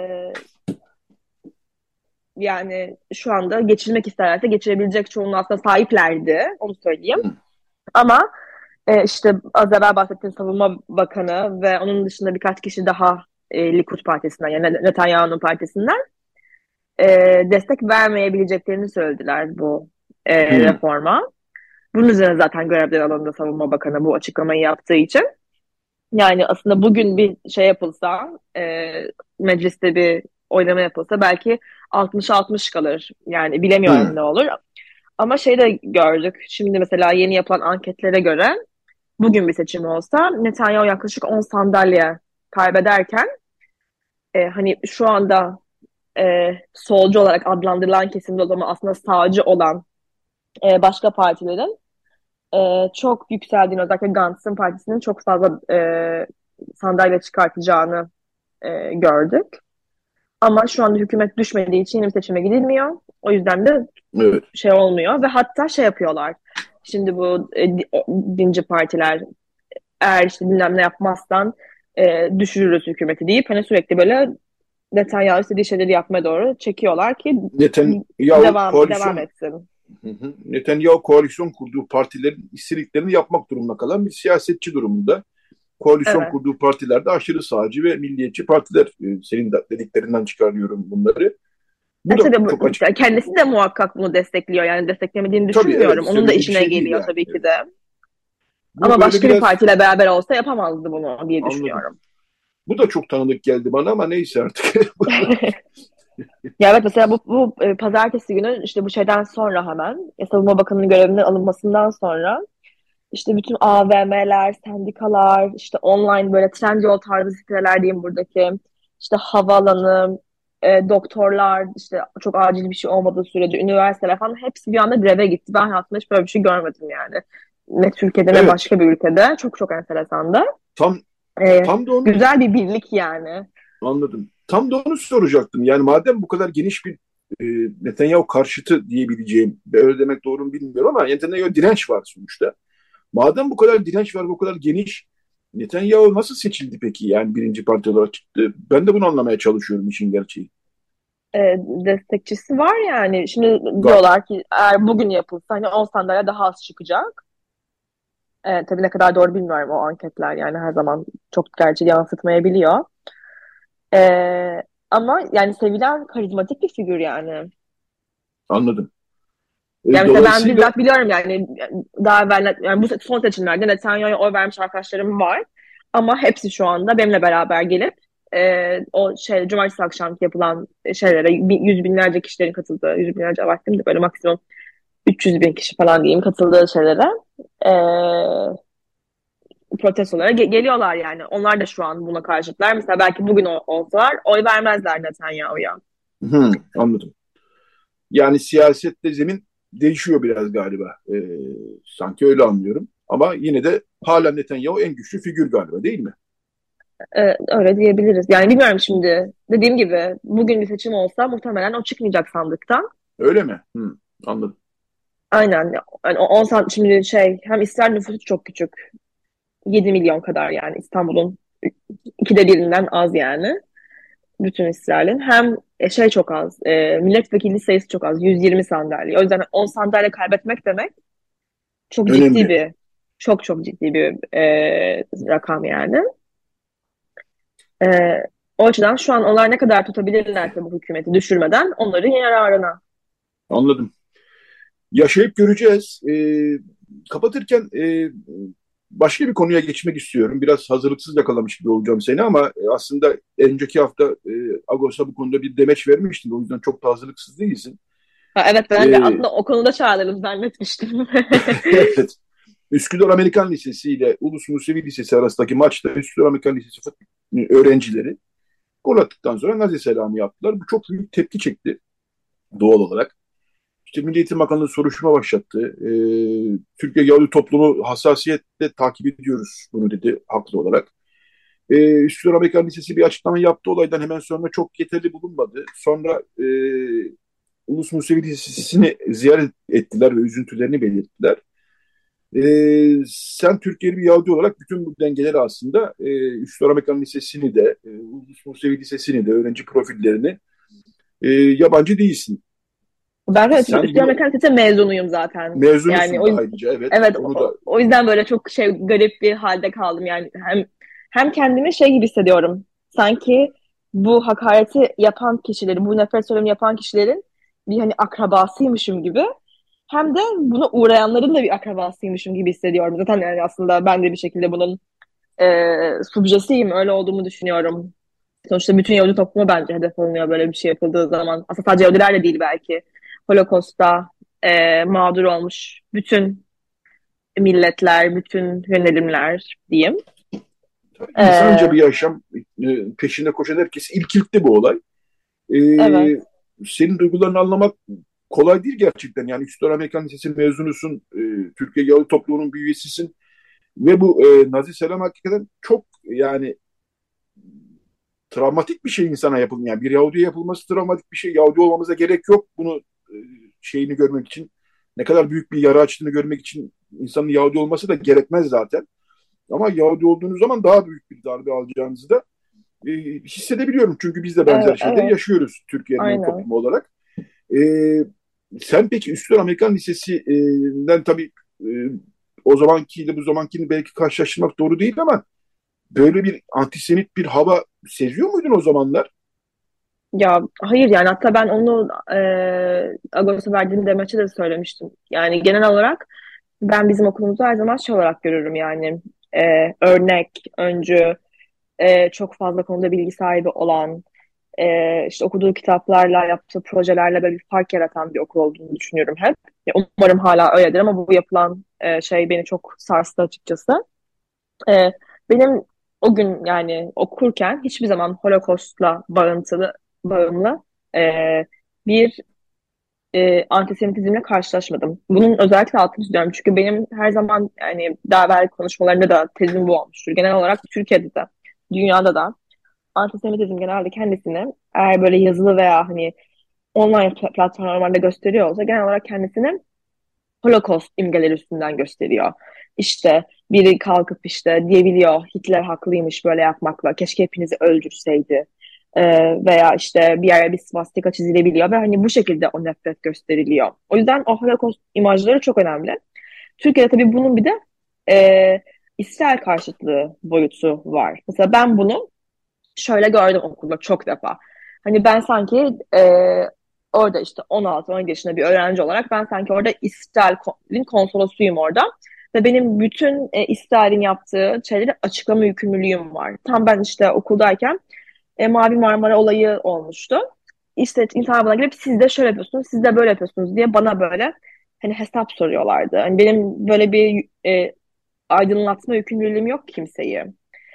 yani şu anda geçirmek isterlerse geçirebilecek çoğunluğu aslında sahiplerdi. Onu söyleyeyim. Hı. Ama e, işte az evvel bahsettiğim Savunma Bakanı ve onun dışında birkaç kişi daha e, Likud Partisi'nden yani Netanyahu'nun partisinden e, destek vermeyebileceklerini söylediler bu e, Hı. reforma. Bunun üzerine zaten görevden alındı Savunma Bakanı bu açıklamayı yaptığı için. Yani aslında bugün bir şey yapılsa, e, mecliste bir oylama yapılsa belki altmış altmış kalır. Yani bilemiyorum Hmm. ne olur. Ama şey de gördük. Şimdi mesela yeni yapılan anketlere göre bugün bir seçim olsa Netanyahu yaklaşık on sandalye kaybederken e, hani şu anda e, solcu olarak adlandırılan kesimde o zaman aslında sağcı olan e, başka partilerin e, çok yükseldiğini, özellikle Gantz'ın partisinin çok fazla e, sandalye çıkartacağını e, gördük. Ama şu anda hükümet düşmediği için yeni bir seçime gidilmiyor. O yüzden de Evet. şey olmuyor ve hatta şey yapıyorlar. Şimdi bu e, di- o- dinci partiler eğer işte bilmem ne yapmazsan e, düşürürüz hükümeti deyip hani sürekli böyle Netanyahu istediği şeyleri yapmaya doğru çekiyorlar ki Netanyahu devam devam koalisyon etsin. Hı hı. Netanyahu koalisyon kurduğu partilerin istediklerini yapmak durumunda kalan bir siyasetçi durumunda. Koalisyon Evet. kurduğu partilerde aşırı sağcı ve milliyetçi partiler. Ee, Senin de dediklerinden çıkarıyorum bunları. Bu E da tabii çok bu- açık. kendisi de muhakkak bunu destekliyor. Yani desteklemediğini Tabii evet, düşünmüyorum. Onun da istemediği bir işine şey değil geliyor yani. tabii ki Evet. de. Bu Ama böyle başka bir biraz partiyle beraber olsa yapamazdı bunu diye anladım. düşünüyorum. Bu da çok tanıdık geldi bana ama neyse artık. Ya evet, mesela bu, bu e, pazartesi günü işte bu şeyden sonra hemen e, Savunma Bakanı'nın görevinden alınmasından sonra işte bütün A V M'ler, sendikalar, işte online böyle Trendyol tarzı siteler diyeyim buradaki, işte havaalanı, e, doktorlar, işte çok acil bir şey olmadığı sürece üniversiteler falan hepsi bir anda greve gitti. Ben hayatımda hiç böyle bir şey görmedim yani. Ne Türkiye'de ne Evet, başka bir ülkede. Çok çok enteresandı. tam E, tam da onu güzel bir birlik yani. anladım. Tam da onu soracaktım. Yani madem bu kadar geniş bir e, Netanyahu karşıtı diyebileceğim, öyle demek doğru mu bilmiyorum ama Netanyahu direnç var sonuçta. Madem bu kadar direnç var, bu kadar geniş, Netanyahu nasıl seçildi peki? Yani birinci parti olarak çıktı. Ben de bunu anlamaya çalışıyorum işin gerçeği. E, destekçisi var yani. Şimdi Ga- diyorlar ki eğer bugün yapılsa hani on sandalye daha az çıkacak. E, tabii ne kadar doğru bilmiyorum o anketler, yani her zaman çok gerçeği yansıtmayabiliyor. E, ama yani sevilen karizmatik bir figür yani. Anladım. E, Yani mesela ben dolayısıyla bizzat biliyorum yani daha evvel yani bu son seçimlerde Netanyahu'ya oy vermiş arkadaşlarım var. Ama hepsi şu anda benimle beraber gelip e, o şey cumartesi akşamki yapılan şeylere yüz binlerce kişilerin katıldığı, yüz binlerce vaktim de böyle maksimum üç yüz bin kişi falan diyeyim katıldığı şeylere e, protestolara ge- geliyorlar yani. Onlar da şu an buna karşıtlar. Mesela belki bugün o- olsalar oy vermezler Netanyahu'ya. hı, anladım. Yani siyasette zemin değişiyor biraz galiba. E, sanki öyle anlıyorum. Ama yine de hala Netanyahu en güçlü figür galiba, değil mi? E, öyle diyebiliriz. Yani bilmiyorum şimdi. Dediğim gibi bugün bir seçim olsa muhtemelen o çıkmayacak sandıktan. Öyle mi? Hı, anladım. Aynen. Yani o on sant şimdi şey hem İsrail nüfusu çok küçük. yedi milyon kadar yani İstanbul'un ikide birinden az yani. Bütün İsrail'in. Hem e, şey çok az. E, milletvekili sayısı çok az. yüz yirmi sandalye. O yüzden on sandalye kaybetmek demek çok ciddi Önemli. bir çok çok ciddi bir e, rakam yani. E, o açıdan şu an onlar ne kadar tutabilirlerse bu hükümeti düşürmeden onların yararına. Anladım. Yaşayıp göreceğiz. E, kapatırken e, başka bir konuya geçmek istiyorum. Biraz hazırlıksız yakalamış gibi olacağım seni ama e, aslında önceki hafta e, Agos'a bu konuda bir demeç vermiştin. O yüzden çok da hazırlıksız değilsin. Ha, evet, ben de E, aslında o konuda çağrılırım zannetmiştim. evet. Üsküdar Amerikan Lisesi ile Ulus Musevi Lisesi arasındaki maçta Üsküdar Amerikan Lisesi fut- öğrencileri gol attıktan sonra Nazi selamı yaptılar. Bu çok büyük tepki çekti doğal olarak. İşte Milli Eğitim Bakanlığı soruşturma başlattı. Ee, Türkiye Yahudi toplumu hassasiyetle takip ediyoruz bunu dedi haklı olarak. Ee, Üsküdar Amerikan Lisesi bir açıklama yaptı olaydan hemen sonra çok yeterli bulunmadı. Sonra e, Ulus Musevi Lisesi'ni ziyaret ettiler ve üzüntülerini belirttiler. Ee, sen Türkiye'li bir Yahudi olarak bütün bu dengeleri aslında e, Üsküdar Amerikan Lisesi'ni de, e, Ulus Musevi Lisesi'ni de, öğrenci profillerini e, yabancı değilsin. Ben de Sen Üsküdar bunu Mekanik Lisesi mezunuyum zaten. Yani mezunusun o da ayrıca evet. evet, Onu da o, o yüzden böyle çok şey garip bir halde kaldım yani. Hem hem kendimi şey gibi hissediyorum. Sanki bu hakareti yapan kişileri, bu nefret söylemi yapan kişilerin bir hani akrabasıymışım gibi. Hem de buna uğrayanların da bir akrabasıymışım gibi hissediyorum. Zaten yani aslında ben de bir şekilde bunun e, subjesiyim, öyle olduğumu düşünüyorum. sonuçta bütün Yahudi toplumu bence hedef alınıyor böyle bir şey yapıldığı zaman. Aslında sadece Yahudiler de değil belki. Holocaust'ta e, mağdur olmuş bütün milletler, bütün yönelimler diyeyim. E, İnsanca bir yaşam e, peşinde koşan herkes irkiltti bu olay. E, evet, Senin duygularını anlamak kolay değil gerçekten. Yani Üsküdar Amerikan Lisesi mezunusun, e, Türkiye Yahudi toplumunun bir üyesisin ve bu e, Nazi selam hakikaten çok yani travmatik bir şey insana yapılmış. Yani bir Yahudi'ye yapılması travmatik bir şey. Yahudi olmamıza gerek yok. Bunu e, şeyini görmek için, ne kadar büyük bir yara açtığını görmek için insanın Yahudi olması da gerekmez zaten. Ama Yahudi olduğunuz zaman daha büyük bir darbe alacağınızı da e, hissedebiliyorum. Çünkü biz de benzer evet, şeyleri evet, yaşıyoruz Türkiye'nin aynen. toplumu olarak. E, Sen peki Üsküdar Amerikan Lisesi'nden tabii e, o zamankiyle bu zamankini belki karşılaştırmak doğru değil ama böyle bir antisemit bir hava seziyor muydun o zamanlar? Ya hayır yani hatta ben onu e, Agos'a verdiğim demeçte de söylemiştim. Yani genel olarak ben bizim okulumuzu her zaman şey olarak görürüm yani e, örnek, öncü, e, çok fazla konuda bilgi sahibi olan, e, işte okuduğu kitaplarla, yaptığı projelerle böyle bir fark yaratan bir okul olduğunu düşünüyorum hep. Ya, umarım hala öyledir ama bu yapılan e, şey beni çok sarstı açıkçası. E, Benim o gün yani okurken hiçbir zaman Holocaust'la bağıntılı, bağımlı e, bir e, antisemitizmle karşılaşmadım. Bunun özellikle altını çiziyorum. Çünkü benim her zaman yani daha evvel konuşmalarında da tezim bu olmuştur. Genel olarak Türkiye'de de, dünyada da antisemitizm genelde kendisini eğer böyle yazılı veya hani online platformlarda gösteriyor olsa genel olarak kendisini Holocaust imgeleri üstünden gösteriyor. İşte biri kalkıp işte diyebiliyor Hitler haklıymış böyle yapmakla. Keşke hepinizi öldürseydi. Ee, Veya işte bir yere bir svastika çizilebiliyor ve hani bu şekilde o nefret gösteriliyor. O yüzden o Holocaust imajları çok önemli. Türkiye'de tabii bunun bir de e, İsrail karşıtlığı boyutu var. Mesela ben bunu şöyle gördüm okulda çok defa. Hani ben sanki e, orada işte on altı on yedi yaşında bir öğrenci olarak ben sanki orada İsrail'in konsolosuyum orada. Ve benim bütün e, İsrail'in yaptığı şeyleri açıklama yükümlülüğüm var. Tam ben işte okuldayken e, Mavi Marmara olayı olmuştu. İşte insanlar bana gelip siz de şöyle yapıyorsunuz, siz de böyle yapıyorsunuz diye bana böyle hani hesap soruyorlardı. Hani benim böyle bir e, aydınlatma yükümlülüğüm yok kimseyi.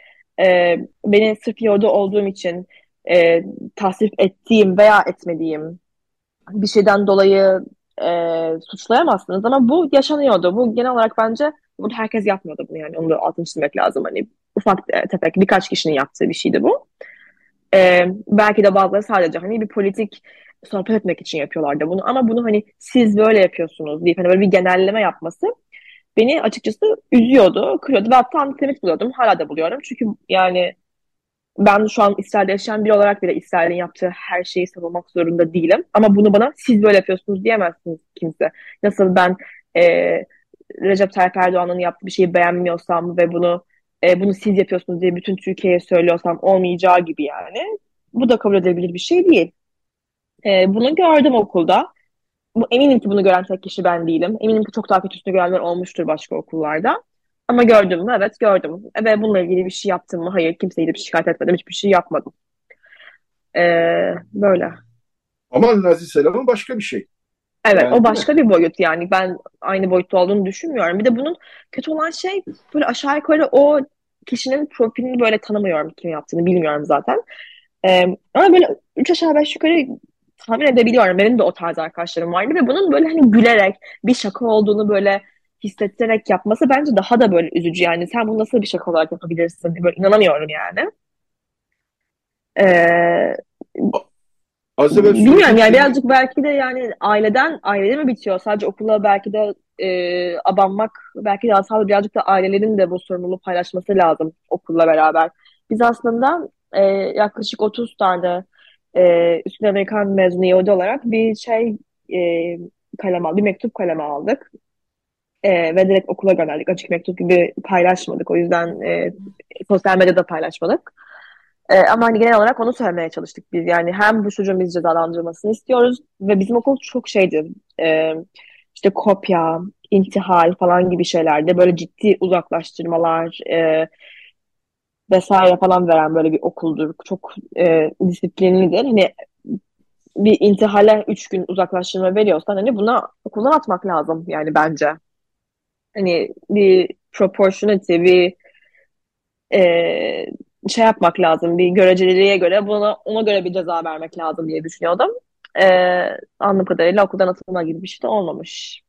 E, Beni sırf yolda olduğum için e, tasvip ettiğim veya etmediğim bir şeyden dolayı e, suçlayamazsınız ama bu yaşanıyordu. Bu genel olarak bence bunu herkes yapmıyordu bunu yani onu da altını çizmek lazım. Hani ufak e, tefek birkaç kişinin yaptığı bir şeydi bu. E, belki de bazıları sadece hani bir politik sohbet etmek için yapıyorlardı bunu ama bunu hani siz böyle yapıyorsunuz deyip hani böyle bir genelleme yapması beni açıkçası üzüyordu, kırıyordu. Ben hatta antisemit buluyordum. Hala da buluyorum. Çünkü yani ben şu an İsrail'de yaşayan biri olarak bile İsrail'in yaptığı her şeyi savunmak zorunda değilim. Ama bunu bana siz böyle yapıyorsunuz diyemezsiniz kimse. Nasıl ben e, Recep Tayyip Erdoğan'ın yaptığı bir şeyi beğenmiyorsam ve bunu e, bunu siz yapıyorsunuz diye bütün Türkiye'ye söylüyorsam olmayacağı gibi yani. Bu da kabul edilebilir bir şey değil. E, bunu gördüm okulda. Bu, eminim ki bunu gören tek kişi ben değilim. Eminim ki çok daha kötüsünü görenler olmuştur başka okullarda. Ama gördüm mü? Evet gördüm. E, Ve bununla ilgili bir şey yaptım mı? Hayır, kimseyi de bir şikayet etmedim. Hiçbir şey yapmadım. Ee, böyle. Ama Nazi selamı başka bir şey. Evet, o Yani değil mi? başka bir boyut yani. Ben aynı boyutta olduğunu düşünmüyorum. Bir de bunun kötü olan şey böyle aşağı yukarı o kişinin profilini böyle tanımıyorum kim yaptığını bilmiyorum zaten. Ee, Ama böyle üç aşağı beş yukarı tahmin edebiliyorum. Benim de o tarz arkadaşlarım vardı ve bunun böyle hani gülerek bir şaka olduğunu böyle hissettirerek yapması bence daha da böyle üzücü yani. Sen bunu nasıl bir şaka olarak yapabilirsin? Böyle inanamıyorum yani. Ee, Az evvel Bilmiyorum söylediğin yani şeyi birazcık belki de yani aileden ailede mi bitiyor? Sadece okula belki de e, abanmak belki de aslında birazcık da ailelerin de bu sorumluluğu paylaşması lazım okulla beraber. Biz aslında e, yaklaşık otuz tane e, üstün Amerikan mezunu Yahudi olarak bir şey e, kalem aldık, bir mektup kaleme aldık. E, ve direkt okula gönderdik. Açık mektup gibi paylaşmadık. O yüzden e, sosyal medyada paylaşmadık. Ee, ama hani genel olarak onu söylemeye çalıştık biz. Yani hem bu çocuğun biz cezalandırılmasını istiyoruz ve bizim okul çok şeydi. Ee, işte kopya, intihal falan gibi şeylerde böyle ciddi uzaklaştırmalar, e, vesaire falan veren böyle bir okuldur. Çok e, disiplinlidir. Hani bir intihale üç gün uzaklaştırma veriyorsan hani buna okuldan atmak lazım yani bence. Hani bir proportionality, bir e, şey yapmak lazım. Bir göreceliliğe göre buna ona göre bir ceza vermek lazım diye düşünüyordum. E, Anladığım kadarıyla okuldan atılma gibi bir şey de olmamış.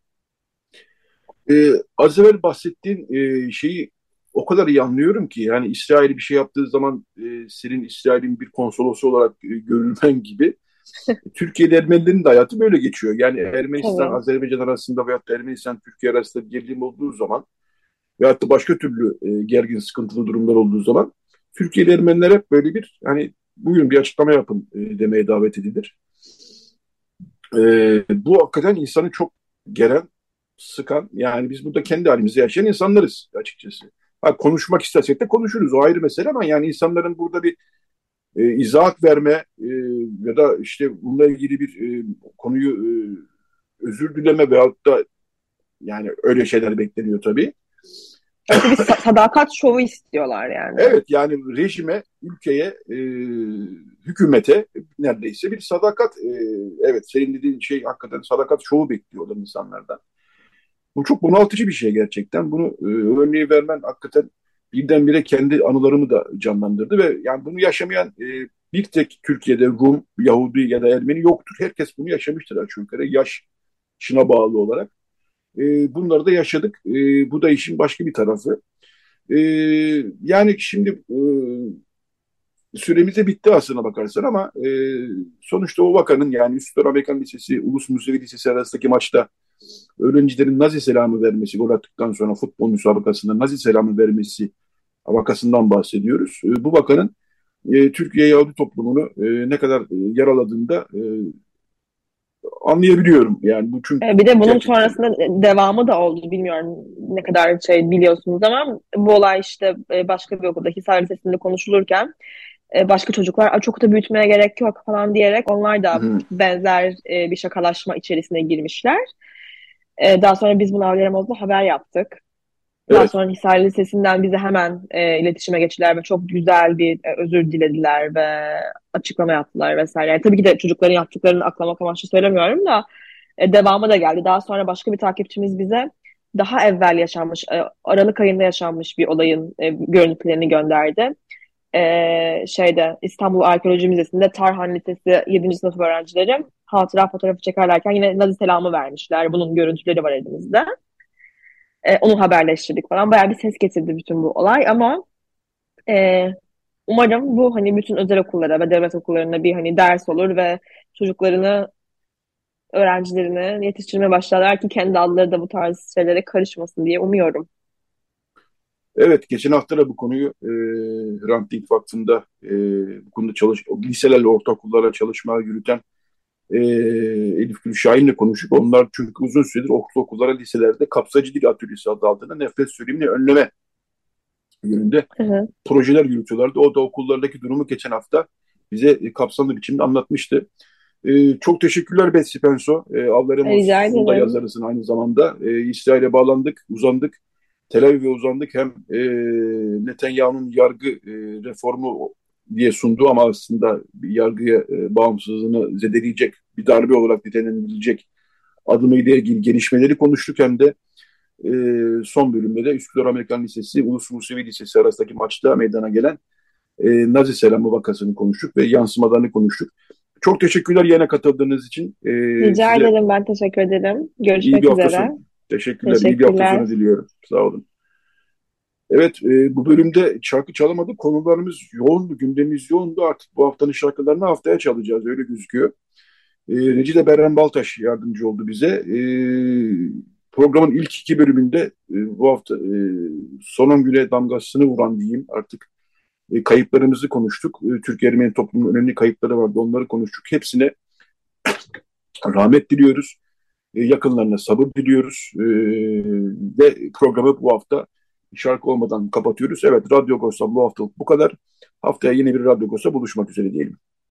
Ee, az evvel bahsettiğin e, şeyi o kadar iyi anlıyorum ki yani İsrail bir şey yaptığı zaman e, senin İsrail'in bir konsolosu olarak e, görülmen gibi Türkiye'de Ermenilerin de hayatı böyle geçiyor. Yani Ermenistan, Tabii. Azerbaycan arasında veyahut da Ermenistan, Türkiye arasında bir gerilim olduğu zaman veyahut da başka türlü e, gergin, sıkıntılı durumlar olduğu zaman Türkiye'li Ermeniler hep böyle bir hani bugün bir açıklama yapın e, demeye davet edilir. E, Bu hakikaten insanı çok geren, sıkan yani biz burada kendi halimizde yaşayan insanlarız açıkçası. Ha, konuşmak istersek de konuşuruz o ayrı mesele ama yani insanların burada bir e, izahat verme e, ya da işte bununla ilgili bir e, konuyu e, özür dileme veyahut da yani öyle şeyler bekleniyor tabii. Evet, bir sa- sadakat şovu istiyorlar yani. Evet yani rejime, ülkeye, e, hükümete neredeyse bir sadakat, e, evet senin dediğin şey hakikaten sadakat şovu bekliyorlar insanlardan. Bu çok bunaltıcı bir şey gerçekten. Bunu e, örneği vermen hakikaten birdenbire kendi anılarımı da canlandırdı ve yani bunu yaşamayan e, bir tek Türkiye'de Rum, Yahudi ya da Ermeni yoktur. Herkes bunu yaşamıştır aşağı yukarı yaşına bağlı olarak. E, bunları da yaşadık. E, bu da işin başka bir tarafı. E, Yani şimdi e, süremiz de bitti aslına bakarsan ama e, sonuçta o vakanın yani Üsküdar Amerikan Lisesi, Ulus Musevi Lisesi arasındaki maçta öğrencilerin Nazi selamı vermesi, gol attıktan sonra futbol müsabakasında Nazi selamı vermesi vakasından bahsediyoruz. E, bu vakanın e, Türkiye Yahudi toplumunu e, ne kadar e, yaraladığını da e, anlayabiliyorum. Yani bu çünkü E, Bir de bunun gerçekten sonrasında devamı da oldu. Bilmiyorum ne kadar şey biliyorsunuz ama bu olay işte e, başka bir okuldaki Hisar Lisesi'nde konuşulurken e, başka çocuklar "Aa, çok da büyütmeye gerek yok" falan diyerek onlar da hı, benzer e, bir şakalaşma içerisine girmişler. E, Daha sonra biz bunu Avlarımızda haber yaptık. Daha evet. sonra Hisar Lisesi'nden bize hemen e, iletişime geçtiler ve çok güzel bir e, özür dilediler ve açıklama yaptılar vesaire. Yani tabii ki de çocukların yaptıklarını aklamak amaçlı söylemiyorum da e, devamı da geldi. Daha sonra başka bir takipçimiz bize daha evvel yaşanmış, e, Aralık ayında yaşanmış bir olayın e, görüntülerini gönderdi. E, şeyde İstanbul Arkeoloji Müzesi'nde Tarhan Lisesi yedinci sınıf öğrencileri hatıra fotoğrafı çekerlerken yine Nazi selamı vermişler. Bunun görüntüleri var elimizde. E, onu haberleştirdik falan. Bayağı bir ses getirdi bütün bu olay ama e, umarım bu hani bütün özel okullara ve devlet okullarına bir hani ders olur ve çocuklarını, öğrencilerini yetiştirmeye başlarlar ki kendi adları da bu tarz şeylere karışmasın diye umuyorum. Evet, geçen hafta da bu konuyu e, Hrant Dink Vakfı'nda e, bu konuda çalış, liselerle ortaokullarla çalışma yürüten e, Elif Gül Şahin'le konuştuk. Onlar çünkü uzun süredir ortaokullara, liselerde kapsayıcı dil atölyesi adı altında nefret söylemini önleme yönünde Hı hı. projeler yürütüyorlardı. O da okullardaki durumu geçen hafta bize e, kapsamlı biçimde anlatmıştı. E, çok teşekkürler Betsy Penso. E, Rica Avlaremos'un da ederim. yazarısın aynı zamanda. E, İsrail'e bağlandık, uzandık. Tel Aviv'e uzandık. Hem e, Netanyahu'nun yargı e, reformu diye sunduğu ama aslında bir yargıya e, bağımsızlığını zedeleyecek bir darbe olarak nitelendirilecek adımıyla ilgili gelişmeleri konuştuk. Hem de e, son bölümde de Üsküdar Amerikan Lisesi, Ulus Musevi Lisesi arasındaki maçta meydana gelen e, Nazi selamı vakasını konuştuk ve yansımalarını konuştuk. Çok teşekkürler yine katıldığınız için. E, Rica size ederim. Ben teşekkür ederim. iyi bir Görüşmek hafta üzere. sonu. Teşekkürler. İyi bir hafta Teşekkürler. sonu diliyorum. Sağ olun. Evet, e, bu bölümde şarkı çalamadık. Konularımız yoğundu, gündemimiz yoğundu. Artık bu haftanın şarkılarını haftaya çalacağız, öyle gözüküyor. E, Recide Berren Baltaş yardımcı oldu bize. E, programın ilk iki bölümünde e, bu hafta e, son güne damgasını vuran diyeyim artık e, kayıplarımızı konuştuk. E, Türk Ermeni toplumunun önemli kayıpları vardı, onları konuştuk. Hepsine rahmet diliyoruz. E, yakınlarına sabır diliyoruz. E, ve programı bu hafta şarkı olmadan kapatıyoruz. Evet, Radyo Agos'tan bu haftalık bu kadar. Haftaya yeni bir Radyo Agos'ta buluşmak üzere diyelim.